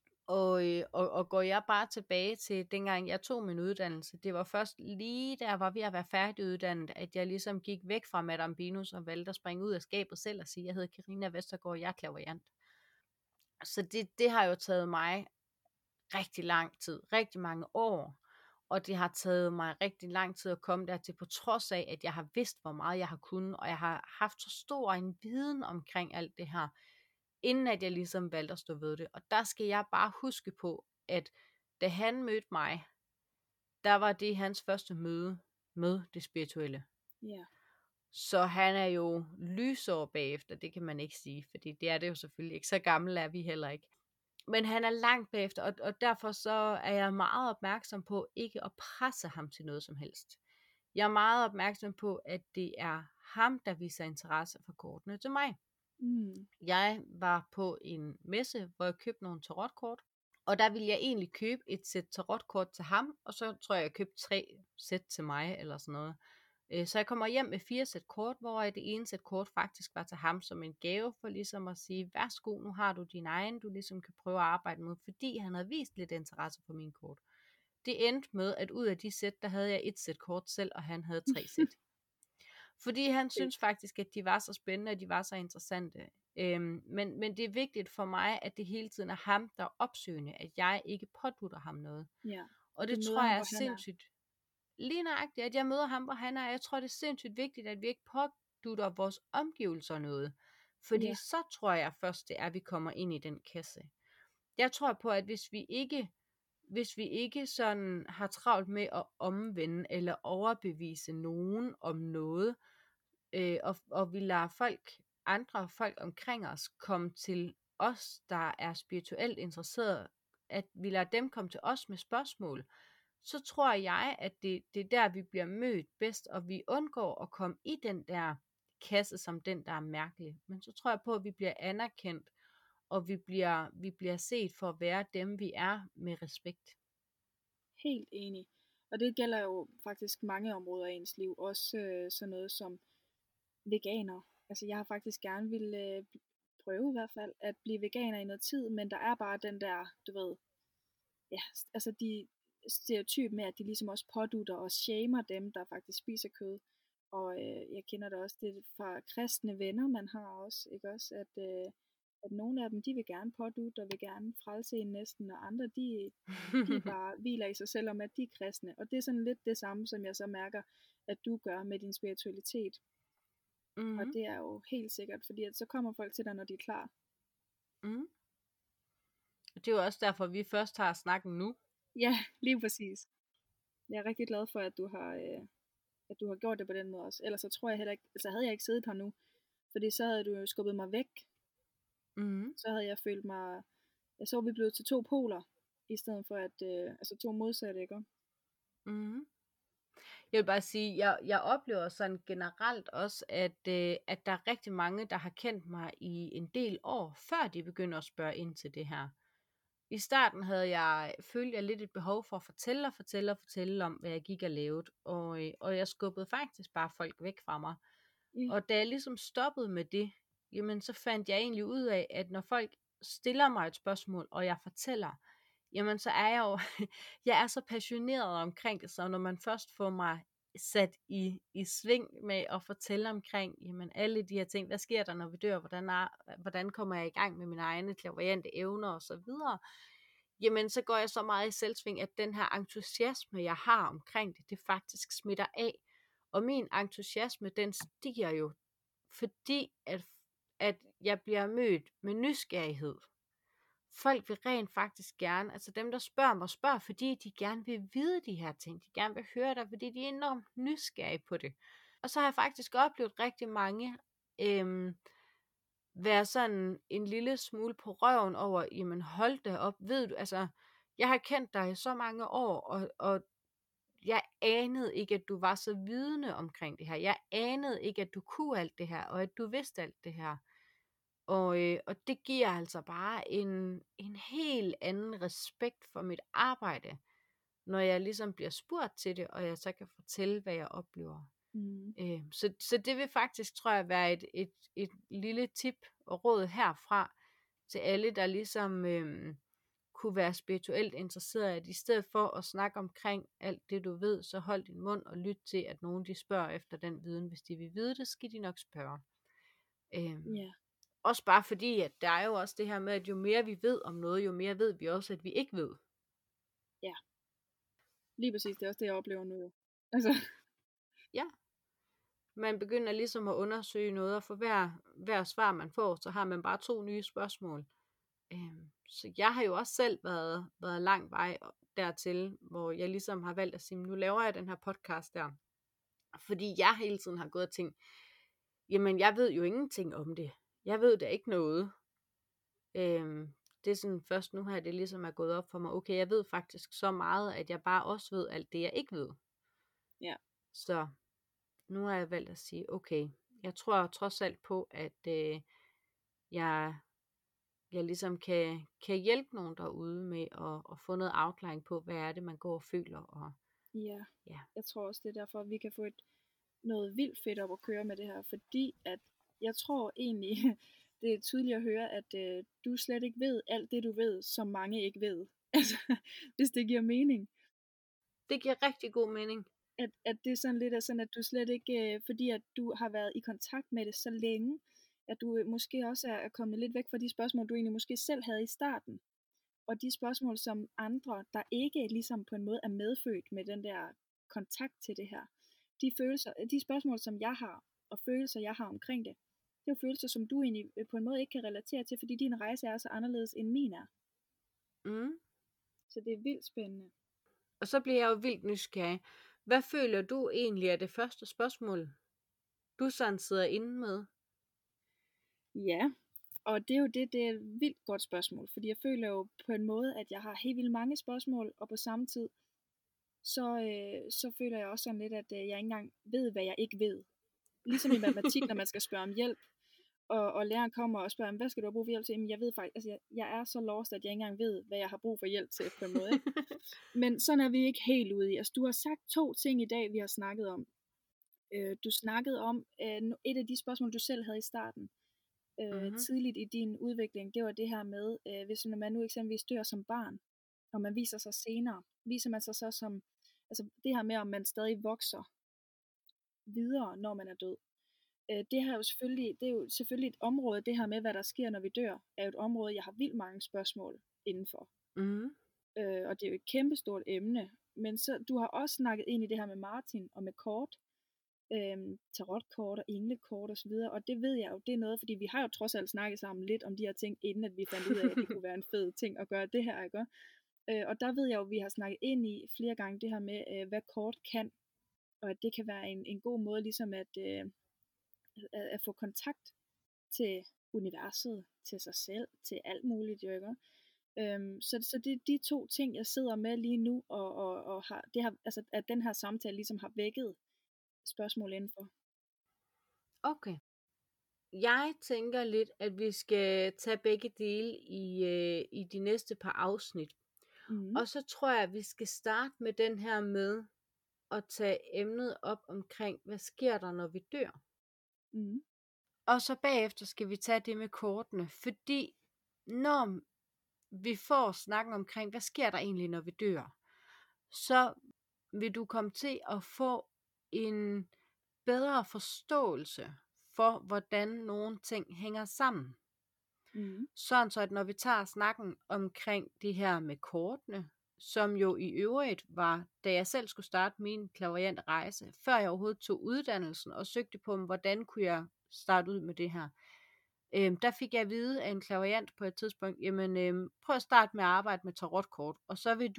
Og går jeg bare tilbage til dengang jeg tog min uddannelse, det var først lige da jeg var ved at være færdiguddannet, at jeg ligesom gik væk fra Madame Binus og valgte at springe ud af skabet selv og sige, jeg hedder Karina Vestergaard, jeg er clairvoyant. Så det har jo taget mig rigtig lang tid, rigtig mange år, og det har taget mig rigtig lang tid at komme dertil, på trods af, at jeg har vidst, hvor meget jeg har kunnet, og jeg har haft så stor en viden omkring alt det her, inden at jeg ligesom valgte at stå ved det. Og der skal jeg bare huske på, at da han mødte mig, der var det hans første møde med det spirituelle. Ja. Så han er jo lysår bagefter, det kan man ikke sige, fordi det er det jo selvfølgelig ikke. Så gammel er vi heller ikke. Men han er langt bagefter, og derfor så er jeg meget opmærksom på ikke at presse ham til noget som helst. Jeg er meget opmærksom på, at det er ham, der viser interesse for kortene til mig. Jeg var på en messe, hvor jeg købte nogle tarotkort, og der ville jeg egentlig købe et sæt tarotkort til ham, og så tror jeg købte 3 sæt til mig, eller sådan noget. Så jeg kommer hjem med 4 sæt kort, hvor det ene sæt kort faktisk var til ham som en gave, for ligesom at sige, værsgo, nu har du din egen, du ligesom kan prøve at arbejde med, fordi han havde vist lidt interesse for mine kort. Det endte med, at ud af de sæt, der havde jeg 1 sæt kort selv, og han havde 3 sæt. Fordi han synes faktisk, at de var så spændende, og de var så interessante. Men det er vigtigt for mig, at det hele tiden er ham, der er opsøgende, at jeg ikke pådutter ham noget. Ja. Og det tror jeg er sindssygt. Lige nøjagtigt, at jeg møder ham, hvor han er. Jeg tror, det er sindssygt vigtigt, at vi ikke pådutter vores omgivelser noget. Fordi så tror jeg først, det er, at vi kommer ind i den kasse. Jeg tror på, at hvis vi ikke sådan har travlt med at omvende eller overbevise nogen om noget, og vi lader andre folk omkring os komme til os, der er spirituelt interesserede, at vi lader dem komme til os med spørgsmål, så tror jeg, at det er der, vi bliver mødt bedst, og vi undgår at komme i den der kasse som den, der er mærkelig. Men så tror jeg på, at vi bliver anerkendt, og vi bliver set for at være dem, vi er, med respekt. Helt enig. Og det gælder jo faktisk mange områder af ens liv. Også sådan noget som veganer. Altså jeg har faktisk gerne ville prøve i hvert fald at blive veganer i noget tid, men der er bare den der, du ved, ja, altså de stereotyp med, at de ligesom også pådutter og shamer dem, der faktisk spiser kød. Og jeg kender det også det fra kristne venner, man har også, ikke også, at nogle af dem, de vil gerne pådutte og vil gerne frelse en næsten, og andre, de bare hviler i sig selv om, at de er kristne. Og det er sådan lidt det samme, som jeg så mærker, at du gør med din spiritualitet. Mm-hmm. Og det er jo helt sikkert, fordi at så kommer folk til dig, når de er klar. Mm. Og det er jo også derfor, vi først har snakken nu. Ja, lige præcis. Jeg er rigtig glad for, at du har gjort det på den måde også. Ellers så tror jeg heller ikke, altså havde jeg ikke siddet her nu, fordi så havde du jo skubbet mig væk. Så havde jeg følt mig, jeg så vi blev til 2 poler, i stedet for at, altså 2 modsatte, ikke? Jeg vil bare sige, jeg oplever sådan generelt også, at der er rigtig mange, der har kendt mig i en del år, før de begynder at spørge ind til det her. I starten følte jeg lidt et behov for at fortælle om, hvad jeg gik og lavede, og jeg skubbede faktisk bare folk væk fra mig. Og da jeg ligesom stoppede med det, jamen så fandt jeg egentlig ud af, at når folk stiller mig et spørgsmål, og jeg fortæller, jamen så er jeg jo, jeg er så passioneret omkring det, så når man først får mig sat i sving med at fortælle omkring, jamen alle de her ting, hvad sker der, når vi dør, hvordan kommer jeg i gang med mine egne clairvoyante evner og så videre, jamen så går jeg så meget i selvsving, at den her entusiasme, jeg har omkring det faktisk smitter af, og min entusiasme, den stiger jo, fordi at jeg bliver mødt med nysgerrighed. Folk vil rent faktisk gerne, altså dem der spørger, fordi de gerne vil vide de her ting, de gerne vil høre dig, fordi de er enormt nysgerrige på det. Og så har jeg faktisk oplevet rigtig mange være sådan en lille smule på røven over, jamen hold da op, ved du, altså jeg har kendt dig i så mange år, og jeg anede ikke, at du var så vidende omkring det her. Jeg anede ikke, at du kunne alt det her, og at du vidste alt det her. Og det giver altså bare en helt anden respekt for mit arbejde, når jeg ligesom bliver spurgt til det, og jeg så kan fortælle, hvad jeg oplever. Så det vil faktisk, tror jeg, være et lille tip og råd herfra til alle, der ligesom kunne være spirituelt interesseret, at i stedet for at snakke omkring alt det, du ved, så hold din mund og lyt til, at nogen de spørger efter den viden. Hvis de vil vide det, skal de nok spørge. Også bare fordi, at der er jo også det her med, at jo mere vi ved om noget, jo mere ved vi også, at vi ikke ved. Ja. Lige præcis, det er også det, jeg oplever nu. Altså. Ja. Man begynder ligesom at undersøge noget, og for hver svar, man får, så har man bare 2 nye spørgsmål. Så jeg har jo også selv været lang vej dertil, hvor jeg ligesom har valgt at sige, nu laver jeg den her podcast der. Fordi jeg hele tiden har gået og tænkt, jamen jeg ved jo ingenting om det. Jeg ved da ikke noget. Det er sådan først nu her, det ligesom er gået op for mig. Okay, jeg ved faktisk så meget, at jeg bare også ved alt det, jeg ikke ved. Ja. Så nu har jeg valgt at sige, okay, jeg tror trods alt på, at jeg ligesom kan hjælpe nogen derude med at få noget afklaring på, hvad er det, man går og føler. Og, ja, jeg tror også, det er derfor, at vi kan få noget vildt fedt op at køre med det her, fordi at jeg tror egentlig, det er tydeligt at høre, at du slet ikke ved alt det, du ved, som mange ikke ved. Altså, hvis det giver mening. Det giver rigtig god mening. At det er sådan lidt sådan, at du slet ikke, fordi at du har været i kontakt med det så længe, at du måske også er kommet lidt væk fra de spørgsmål, du egentlig måske selv havde i starten. Og de spørgsmål, som andre, der ikke ligesom på en måde er medfødt med den der kontakt til det her, de spørgsmål, som jeg har, og følelser, jeg har omkring det, det er jo følelser, som du egentlig på en måde ikke kan relatere til, fordi din rejse er så anderledes end min er. Så det er vildt spændende. Og så bliver jeg jo vildt nysgerrig. Hvad føler du egentlig er det første spørgsmål, du sådan sidder inde med? Ja, og det er jo det er et vildt godt spørgsmål, fordi jeg føler jo på en måde, at jeg har helt vildt mange spørgsmål, og på samme tid, så føler jeg også sådan lidt, at jeg ikke engang ved, hvad jeg ikke ved. Ligesom i matematik, når man skal spørge om hjælp, og læreren kommer og spørger, hvad skal du have brug for hjælp til? Jamen, jeg ved faktisk, altså jeg er så lost, at jeg ikke engang ved, hvad jeg har brug for hjælp til på en måde. Ikke? Men sådan er vi ikke helt ude i. Altså, du har sagt 2 ting i dag, vi har snakket om. Du snakkede om et af de spørgsmål, du selv havde i starten. Tidligt i din udvikling, det var det her med, hvis man nu eksempelvis dør som barn, og man viser sig senere, viser man sig så som, altså det her med, om man stadig vokser videre, når man er død. Det er jo selvfølgelig et område, det her med, hvad der sker, når vi dør, er jo et område, jeg har vildt mange spørgsmål indenfor. Og det er jo et kæmpestort emne, men så, du har også snakket ind i det her med Martin og med kort, tarotkort og englekort osv. Og det ved jeg jo, det er noget, fordi vi har jo trods alt snakket sammen lidt om de her ting, inden at vi fandt ud af, at det kunne være en fed ting at gøre det her, ikke? Og der ved jeg jo, at vi har snakket ind i flere gange det her med, hvad kort kan, og at det kan være en god måde ligesom at få kontakt til universet, til sig selv, til alt muligt, jo, ikke? Så det er de to ting, jeg sidder med lige nu, og har, det har, altså, at den her samtale ligesom har vækket spørgsmål indenfor. Okay. Jeg tænker lidt, at vi skal tage begge dele i de næste par afsnit. Og så tror jeg, at vi skal starte med den her med at tage emnet op omkring, hvad sker der, når vi dør? Og så bagefter skal vi tage det med kortene, fordi når vi får snakken omkring, hvad sker der egentlig, når vi dør, så vil du komme til at få en bedre forståelse for, hvordan nogle ting hænger sammen. Sådan så, at når vi tager snakken omkring det her med kortene, som jo i øvrigt var, da jeg selv skulle starte min clairvoyante rejse, før jeg overhovedet tog uddannelsen og søgte på, hvordan kunne jeg starte ud med det her. Der fik jeg at vide af en clairvoyant på et tidspunkt, jamen prøv at starte med at arbejde med tarotkort, og så vil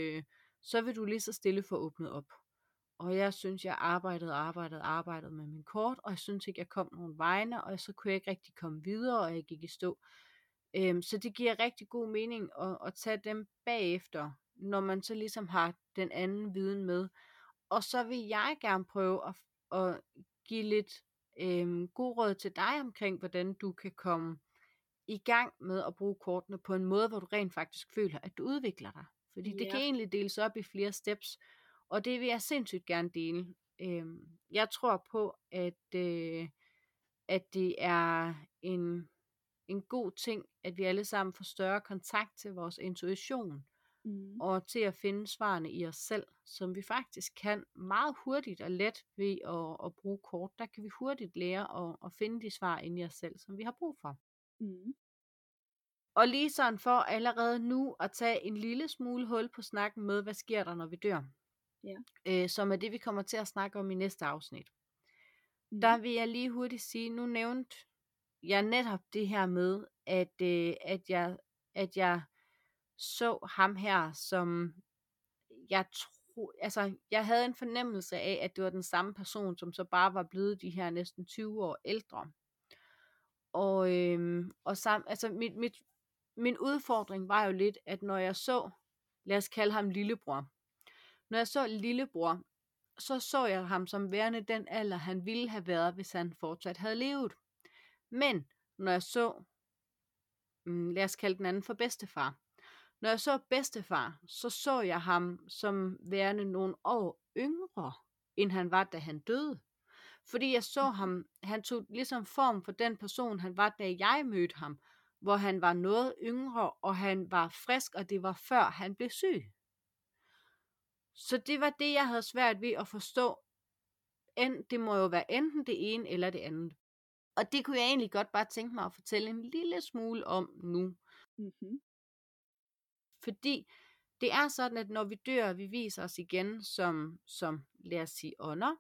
du lige så stille få åbnet op. Og jeg synes, jeg arbejdede med min kort, og jeg synes ikke, jeg kom nogen vegne, og så kunne jeg ikke rigtig komme videre, og jeg gik i stå. Så det giver rigtig god mening at tage dem bagefter, når man så ligesom har den anden viden med. Og så vil jeg gerne prøve at give lidt god råd til dig omkring, hvordan du kan komme i gang med at bruge kortene på en måde, hvor du rent faktisk føler, at du udvikler dig. Fordi det kan egentlig deles op i flere steps, og det vil jeg sindssygt gerne dele. Jeg tror på, at det er en god ting, at vi alle sammen får større kontakt til vores intuition, og til at finde svarene i os selv, som vi faktisk kan meget hurtigt og let ved at bruge kort. Der kan vi hurtigt lære at finde de svar inde i os selv, som vi har brug for. Og lige sådan for allerede nu at tage en lille smule hul på snakken med, hvad sker der, når vi dør? Som er det, vi kommer til at snakke om i næste afsnit. Der vil jeg lige hurtigt sige, nu nævnte jeg netop det her med, at jeg så ham her, som jeg havde en fornemmelse af, at det var den samme person, som så bare var blevet de her næsten 20 år ældre. Min udfordring var jo lidt, at når jeg så, lad os kalde ham lillebror. Når jeg så lillebror, så jeg ham som værende den alder, han ville have været, hvis han fortsat havde levet. Men når jeg så, lad os kalde den anden for bedstefar. Når jeg så bedstefar, så jeg ham som værende nogle år yngre, end han var, da han døde. Fordi jeg så ham, han tog ligesom form for den person, han var, da jeg mødte ham, hvor han var noget yngre, og han var frisk, og det var før han blev syg. Så det var det, jeg havde svært ved at forstå. Det må jo være enten det ene eller det andet. Og det kunne jeg egentlig godt bare tænke mig at fortælle en lille smule om nu. Fordi det er sådan, at når vi dør, vi viser os igen som lad os sige, ånder.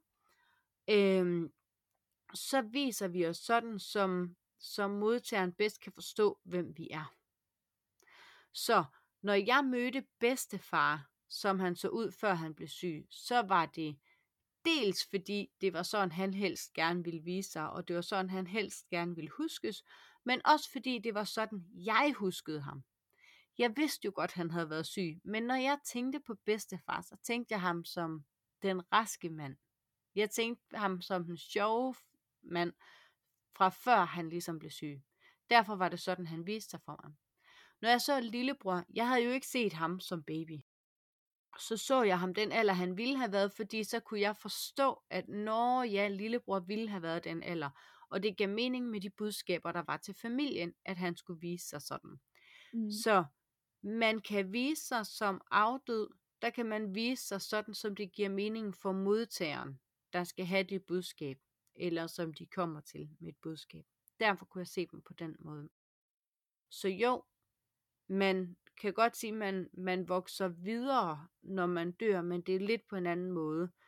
Så viser vi os sådan, som modtageren bedst kan forstå, hvem vi er. Så når jeg mødte bedstefar, som han så ud, før han blev syg, så var det dels fordi, det var sådan, han helst gerne ville vise sig, og det var sådan, han helst gerne ville huskes, men også fordi det var sådan, jeg huskede ham. Jeg vidste jo godt, han havde været syg, men når jeg tænkte på bedstefar, så tænkte jeg ham som den raske mand. Jeg tænkte ham som den sjove mand, fra før han ligesom blev syg. Derfor var det sådan, han viste sig for mig. Når jeg så lillebror, jeg havde jo ikke set ham som baby. Så jeg ham den alder, han ville have været, fordi så kunne jeg forstå, at lillebror ville have været den alder. Og det gav mening med de budskaber, der var til familien, at han skulle vise sig sådan. Så man kan vise sig som afdød, der kan man vise sig sådan, som det giver mening for modtageren, der skal have det budskab, eller som de kommer til med et budskab. Derfor kunne jeg se dem på den måde. Så jo, man kan godt sige, at man vokser videre, når man dør, men det er lidt på en anden måde.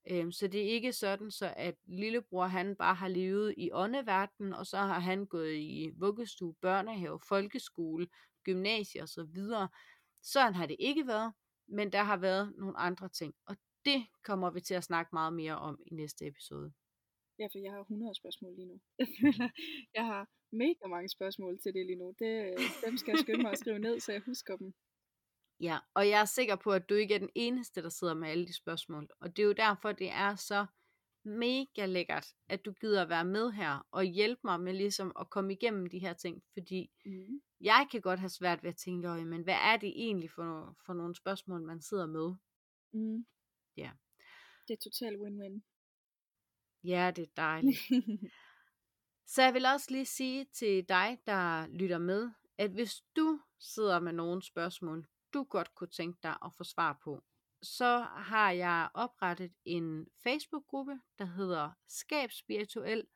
Så det er ikke sådan, så at lillebror han bare har levet i åndeverdenen, og så har han gået i vuggestue, børnehave, folkeskole, gymnasie og så videre. Sådan har det ikke været, men der har været nogle andre ting, og det kommer vi til at snakke meget mere om i næste episode. Ja, for jeg har 100 spørgsmål lige nu. Jeg har mega mange spørgsmål til det lige nu. Dem skal jeg skynde mig at skrive ned, så jeg husker dem. Ja, og jeg er sikker på, at du ikke er den eneste, der sidder med alle de spørgsmål. Og det er jo derfor, det er så mega lækkert, at du gider at være med her og hjælpe mig med ligesom at komme igennem de her ting. Fordi jeg kan godt have svært ved at tænke, men hvad er det egentlig for nogle spørgsmål, man sidder med? Ja. Det er totalt win-win. Ja, det er dejligt. Så jeg vil også lige sige til dig, der lytter med, at hvis du sidder med nogle spørgsmål, du godt kunne tænke dig at få svar på, så har jeg oprettet en Facebook-gruppe, der hedder Skabsspirituel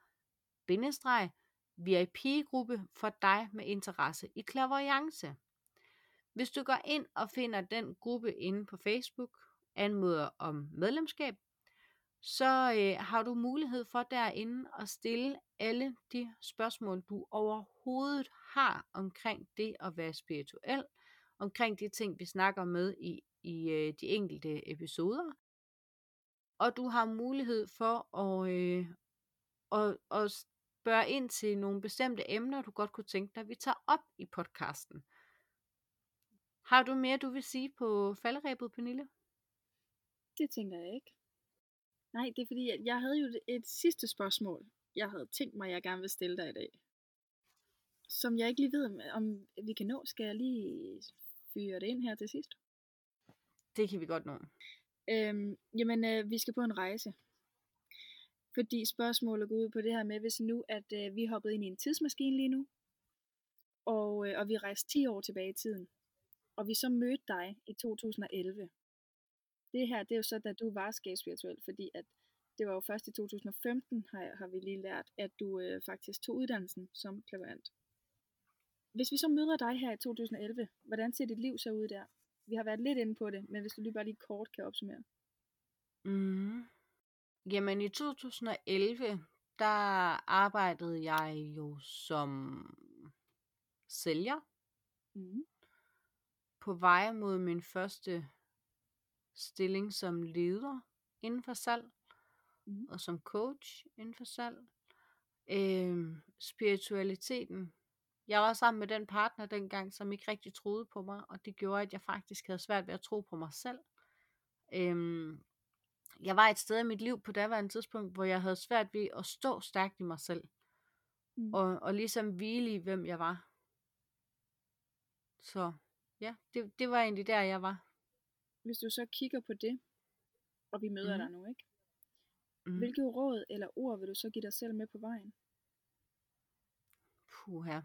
VIP-gruppe for dig med interesse i clairvoyance. Hvis du går ind og finder den gruppe inde på Facebook, anmoder om medlemskab, så har du mulighed for derinde at stille alle de spørgsmål, du overhovedet har omkring det at være spirituel, omkring de ting, vi snakker med i de enkelte episoder. Og du har mulighed for at spørge ind til nogle bestemte emner, du godt kunne tænke dig, vi tager op i podcasten. Har du mere, du vil sige på falderebet, Pernille? Det tænker jeg ikke. Nej, det er fordi, at jeg havde jo et sidste spørgsmål, jeg havde tænkt mig, jeg gerne vil stille dig i dag. Som jeg ikke lige ved, om vi kan nå. Skal jeg lige fyre det ind her til sidst? Det kan vi godt nå. Vi skal på en rejse. Fordi spørgsmålet går ud på det her med, hvis nu, at vi hoppede ind i en tidsmaskine lige nu, og vi rejste 10 år tilbage i tiden, og vi så mødte dig i 2011. Det her, det er jo så, da du var skabsspirituel, fordi at det var jo først i 2015, har vi lige lært, at du faktisk tog uddannelsen som clairvoyant. Hvis vi så møder dig her i 2011, hvordan ser dit liv så ud der? Vi har været lidt inde på det, men hvis du lige kort kan opsummere. Jamen i 2011, der arbejdede jeg jo som sælger. På vej mod min første stilling som leder inden for salg, og som coach inden for salg. Spiritualiteten. Jeg var sammen med den partner dengang, som ikke rigtig troede på mig, og det gjorde, at jeg faktisk havde svært ved at tro på mig selv. Jeg var et sted i mit liv på daværende tidspunkt, hvor jeg havde svært ved at stå stærkt i mig selv. Og ligesom hvile i, hvem jeg var. Så ja, det var egentlig der, jeg var. Hvis du så kigger på det, og vi møder dig nu, ikke? Hvilke råd eller ord vil du så give dig selv med på vejen? Puha.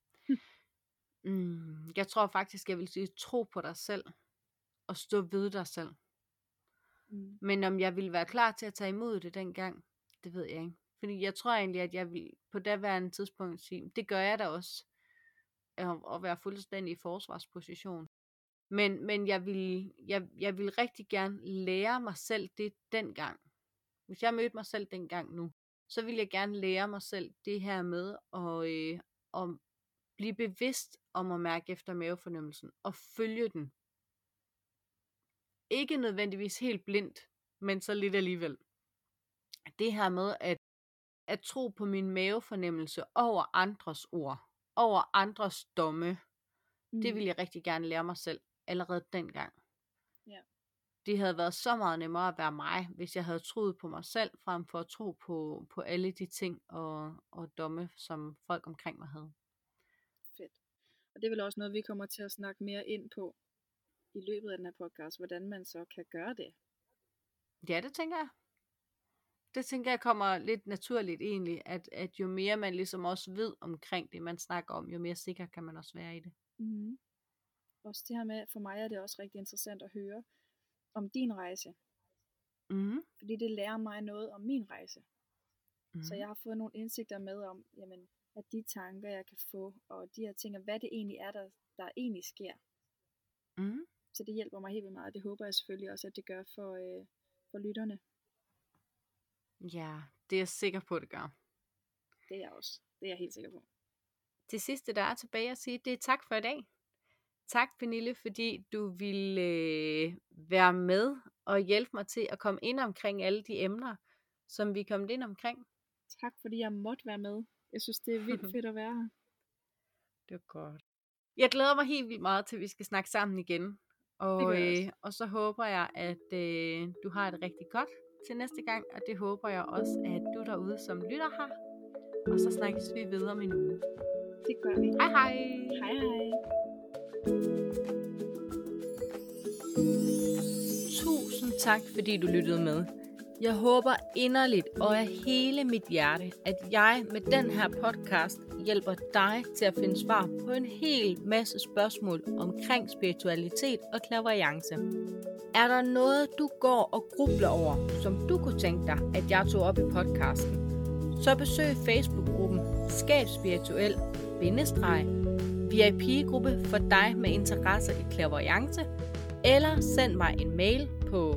Jeg tror faktisk, jeg vil sige, tro på dig selv, og stå ved dig selv. Men om jeg ville være klar til at tage imod det dengang, det ved jeg ikke. Fordi jeg tror egentlig, at jeg vil på daværende tidspunkt sige, det gør jeg da også, at være fuldstændig i forsvarsposition. Men jeg vil rigtig gerne lære mig selv det dengang. Hvis jeg mødte mig selv dengang nu, så vil jeg gerne lære mig selv det her med at blive bevidst om at mærke efter mavefornemmelsen og følge den. Ikke nødvendigvis helt blindt, men så lidt alligevel. Det her med at tro på min mavefornemmelse over andres ord, over andres domme, det vil jeg rigtig gerne lære mig selv allerede dengang. Yeah. Det havde været så meget nemmere at være mig, hvis jeg havde troet på mig selv, frem for at tro på alle de ting og domme, som folk omkring mig havde. Fedt. Og det er vel også noget, vi kommer til at snakke mere ind på i løbet af den her podcast, hvordan man så kan gøre det. Ja, det tænker jeg. Det tænker jeg kommer lidt naturligt egentlig, at jo mere man ligesom også ved omkring det, man snakker om, jo mere sikker kan man også være i det. Også det her med, for mig er det også rigtig interessant at høre om din rejse. Fordi det lærer mig noget om min rejse. Så jeg har fået nogle indsigter med om, jamen, at de tanker, jeg kan få, og de her ting, hvad det egentlig er, der egentlig sker. Så det hjælper mig helt vildt meget, og det håber jeg selvfølgelig også, at det gør for lytterne. Ja, det er jeg sikker på, det gør. Det er jeg også. Det er jeg helt sikker på. Det sidste, der er tilbage at sige, det er tak for i dag. Tak, Pernille, fordi du ville være med og hjælpe mig til at komme ind omkring alle de emner, som vi er kommet ind omkring. Tak, fordi jeg måtte være med. Jeg synes, det er vildt fedt at være her. Det var godt. Jeg glæder mig helt vildt meget til, at vi skal snakke sammen igen. Og så håber jeg, at du har det rigtig godt til næste gang. Og det håber jeg også, at du derude som lytter har. Og så snakkes vi videre om en uge. Det gør vi. Hej hej. Hej hej. Tusind tak, fordi du lyttede med. Jeg håber inderligt og af hele mit hjerte, at jeg med den her podcast hjælper dig til at finde svar på en hel masse spørgsmål omkring spiritualitet og clairvoyance. Er der noget, du går og grubler over, som du kunne tænke dig, at jeg tog op i podcasten, så besøg Facebook-gruppen Skab Spirituel VIP-gruppe for dig med interesser i clairvoyance, eller send mig en mail på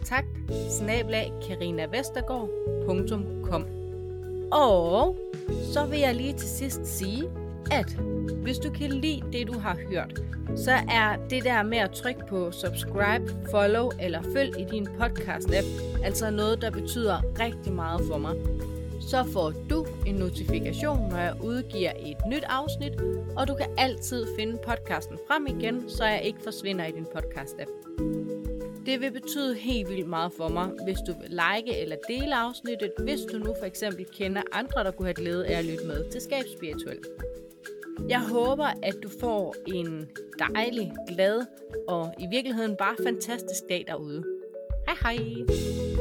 kontakt@carinavestergaard.com. Og så vil jeg lige til sidst sige, at hvis du kan lide det, du har hørt, så er det der med at trykke på subscribe, follow eller følg i din podcast-app altså noget, der betyder rigtig meget for mig. Så får du en notifikation, når jeg udgiver et nyt afsnit, og du kan altid finde podcasten frem igen, så jeg ikke forsvinder i din podcast-app. Det vil betyde helt vildt meget for mig, hvis du vil like eller dele afsnittet, hvis du nu for eksempel kender andre, der kunne have glæde af at lytte med til Skab Spirituel. Jeg håber, at du får en dejlig, glad og i virkeligheden bare fantastisk dag derude. Hej hej!